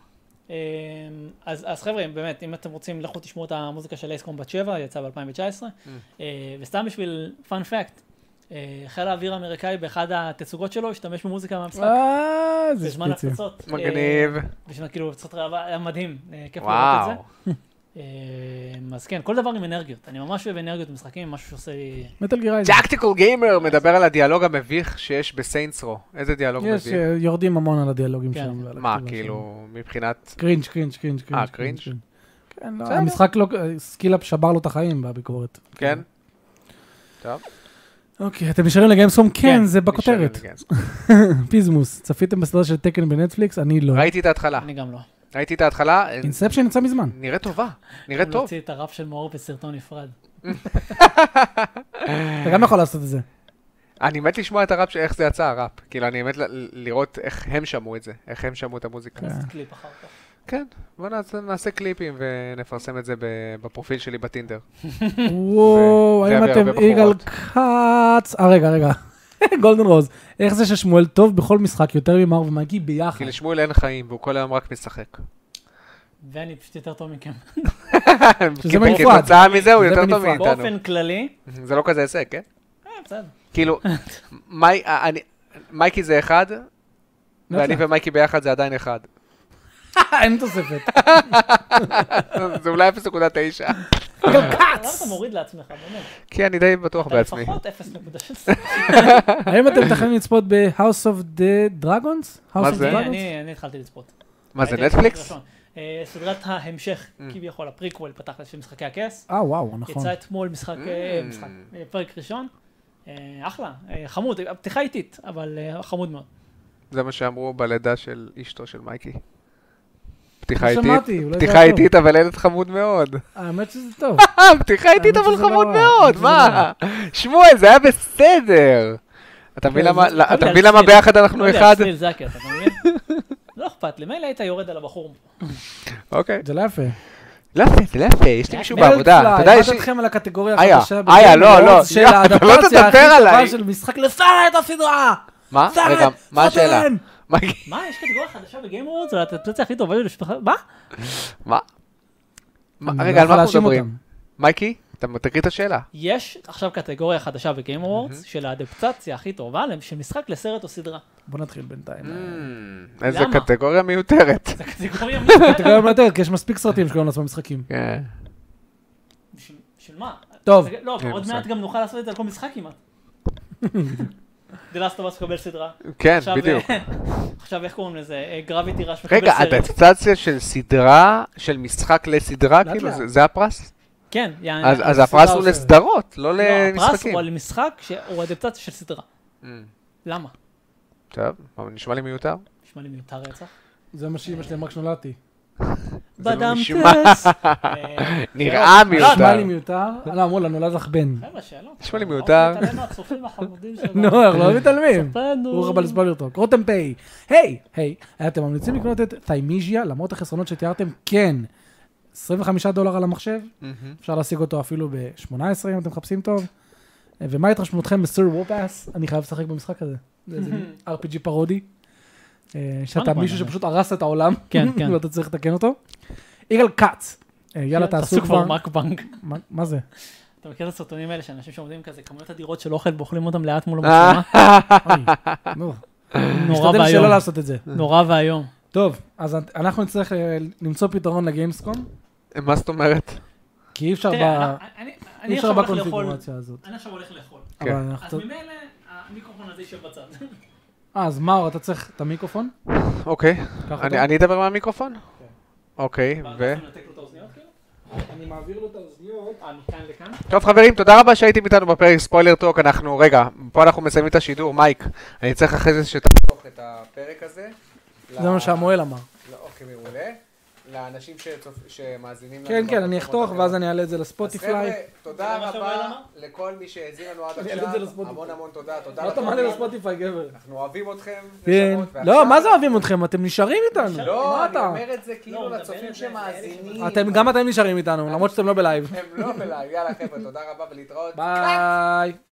אז, אז חבר'ה, באמת, אם אתם רוצים, לכו תשמעו את המוזיקה של אייס קומבט שבע, יצא ב-אלפיים תשע עשרה, וסתם בשביל פאנ פאקט, חיל האוויר האמריקאי באחד התצוגות שלו השתמש במוזיקה מהמשחק. אה, זה בזמן הפצצות. מגניב. בשביל כאילו, פצצות רעבה, היה מדהים, כיף לראות את זה. אז כן, כל דבר עם אנרגיות. אני ממש אוהב אנרגיות במשחקים, משהו שעושה לי... מטל גיר. טקטיקל גיימר מדבר על הדיאלוג המביך שיש בסיינטס רו. איזה דיאלוג מביך? יש, יורדים המון על הדיאלוגים שם. מה, כאילו, מבחינת... קרינג', קרינג', קרינג'. אה, קרינג'? כן, המשחק לא... סקילאפ שבר לו את החיים בביקורת. כן? טוב. אוקיי, אתם נשארים לגיימסקום? כן, זה בכותרת. פיזמוס, צפיתם בסדרה של טקן בנטפליקס? אני לא. ראיתי את ההתחלה. אני גם לא. ראיתי את ההתחלה. אינספשן יצא מזמן. נראה טובה, נראה טוב. הוא הוציא את הרף של מאור בסרטון נפרד. אתה גם יכול לעשות את זה. אני מת לשמוע את הראפ, איך זה יצא הראפ. כאילו, אני מת לראות איך הם שמעו את זה, איך הם שמעו את המוזיקה. נעשה קליפ אחר כך. כן, בוא נעשה קליפים ונפרסם את זה בפרופיל שלי בטינדר. וואו, האם אתם יגאל קאץ? אה, רגע, רגע. גולדן רוז, איך זה ששמואל טוב בכל משחק יותר ממר ומגי ביחד? כי לשמואל אין חיים, והוא כל היום רק משחק. ואני פשוט יותר טוב מכם. שזה בנפרד. כתוצאה מזה הוא יותר טוב מאיתנו. באופן כללי. זה לא כזה הישג, כן? אה, בסדר. כאילו, מייקי זה אחד, ואני ומייקי ביחד זה עדיין אחד. אין תוספת. זה אולי אפס נקודה תשע. גל קאץ! למה אתה מוריד לעצמך, באמת? כי אני די בטוח בעצמי. אתה לפחות אפס נקודה שש. האם אתם מתכננים לצפות ב-House of the Dragons? מה זה? אני התחלתי לצפות. מה זה, נטפליקס? סדרת ההמשך, כביכול, הפריקוול פתח של משחקי הכס. אה, וואו, נכון. יצא אתמול משחק, פרק ראשון. אחלה, חמוד, פתיחה איטית, אבל חמוד מאוד. זה מה שאמרו בלידה של אשתו של מייקי. פתיחה איטית, אבל ילד חמוד מאוד. האמת שזה טוב. פתיחה איטית, אבל חמוד מאוד, מה? שמואל, זה היה בסדר. אתה מבין למה ביחד אנחנו אחד? לא אכפת לי, מילא היית יורד על הבחור. אוקיי. זה לא יפה. לא יפה, זה לא יפה, יש לי מישהו בעבודה. אתה יודע, יש אתכם על הקטגוריה החדשה. איה, לא, לא, של האדפטציה הכי טובה של משחק לסרט הסדרה. מה? רגע, מה השאלה? מה, יש קטגוריה חדשה בגיים אוורדס? זה האדפטציה הכי טובה למשפחה? מה? מה? רגע, על מה אנחנו מדברים? מייקי, אתה תקריא את השאלה. יש עכשיו קטגוריה חדשה בגיים אוורדס של האדפטציה הכי טובה של משחק לסרט או סדרה. בוא נתחיל בינתיים. איזה קטגוריה מיותרת. זה קטגוריה מיותרת. קטגוריה מיותרת, כי יש מספיק סרטים שקוראים לעצמם משחקים. כן. של מה? טוב. לא, עוד מעט גם נוכל לעשות את זה על כל משחק כמעט. The Last of Us מקבל סדרה. כן, בדיוק. עכשיו איך קוראים לזה? גרביטי ראש מקבל רגע, סרט. אדפטציה של סדרה, של משחק לסדרה, כאילו, זה הפרס? כן. אז הפרס הוא לסדרות, לא למשחקים. לא, הפרס הוא למשחק שהוא אדפטציה של סדרה. למה? טוב, נשמע לי מיותר. נשמע לי מיותר רצח. זה מה שאמא שלי רק שנולדתי. בדמטס. נראה מיותר. נשמע לי מיותר. לא, אמרו לה, נולד לך בן. חבר'ה, שאלות. נשמע לי מיותר. לא מתעלם הצופים החמודים שלנו. נו, אנחנו לא מתעלמים. ברוך הבא לספוילר טוק. רותם פיי. היי, היי, אתם ממליצים לקנות את תיימיז'יה, למרות החסרונות שתיארתם? כן. עשרים וחמישה דולר על המחשב. אפשר להשיג אותו אפילו ב-שמונה עשרה אם אתם מחפשים טוב. ומה התרשמותכם בסיר וופאס? אני חייב לשחק במשחק הזה. זה אר פי ג'י פרודי. שאתה מישהו שפשוט הרס את העולם. כן, כן. ואתה צריך לתקן אותו. יגאל קאץ. יאללה, תעשו כבר. מקבנק. מה זה? אתה מכיר את הסרטונים האלה שאנשים שעומדים כזה, כמויות אדירות של אוכל ואוכלים אותם לאט מול המצלמה? נו. נורא משתדל והיום. שלא לעשות את זה. נורא והיום. טוב, אז אנחנו נצטרך למצוא פתרון לגיימסקום. מה זאת אומרת? כי אי אפשר תראה, אני עכשיו הולך לאכול. בקונפיגורציה הזאת. אני עכשיו הולך לאכול. אז ממילא המיקרופון הזה יישב בצד. אה, אז מאור, אתה צריך את המיקרופון? אוקיי. אני אדבר מהמיקרופון? אוקיי, ו... אני מעביר לו את האוזניות. אה, מכאן לכאן? טוב חברים, תודה רבה שהייתם איתנו בפרק ספוילר טוק. אנחנו, רגע, פה אנחנו מסיימים את השידור. מייק, אני צריך אחרי זה שתחתוך את הפרק הזה. זה מה שהמואל אמר. אוקיי, מעולה. לאנשים שמאזינים לנו. כן, כן, אני אחתוך ואז אני אעלה את זה לספוטיפיי. אז חבר'ה, תודה רבה לכל מי שהאזין לנו עד עכשיו. המון המון תודה. תודה לא תאמר לי לספוטיפיי, גבר. אנחנו אוהבים אתכם. לא, מה זה אוהבים אתכם? אתם נשארים איתנו. לא, אני אומר את זה כאילו לצופים שמאזינים. גם אתם נשארים איתנו, למרות שאתם לא בלייב. הם לא בלייב. יאללה חבר'ה, תודה רבה ולהתראות. ביי.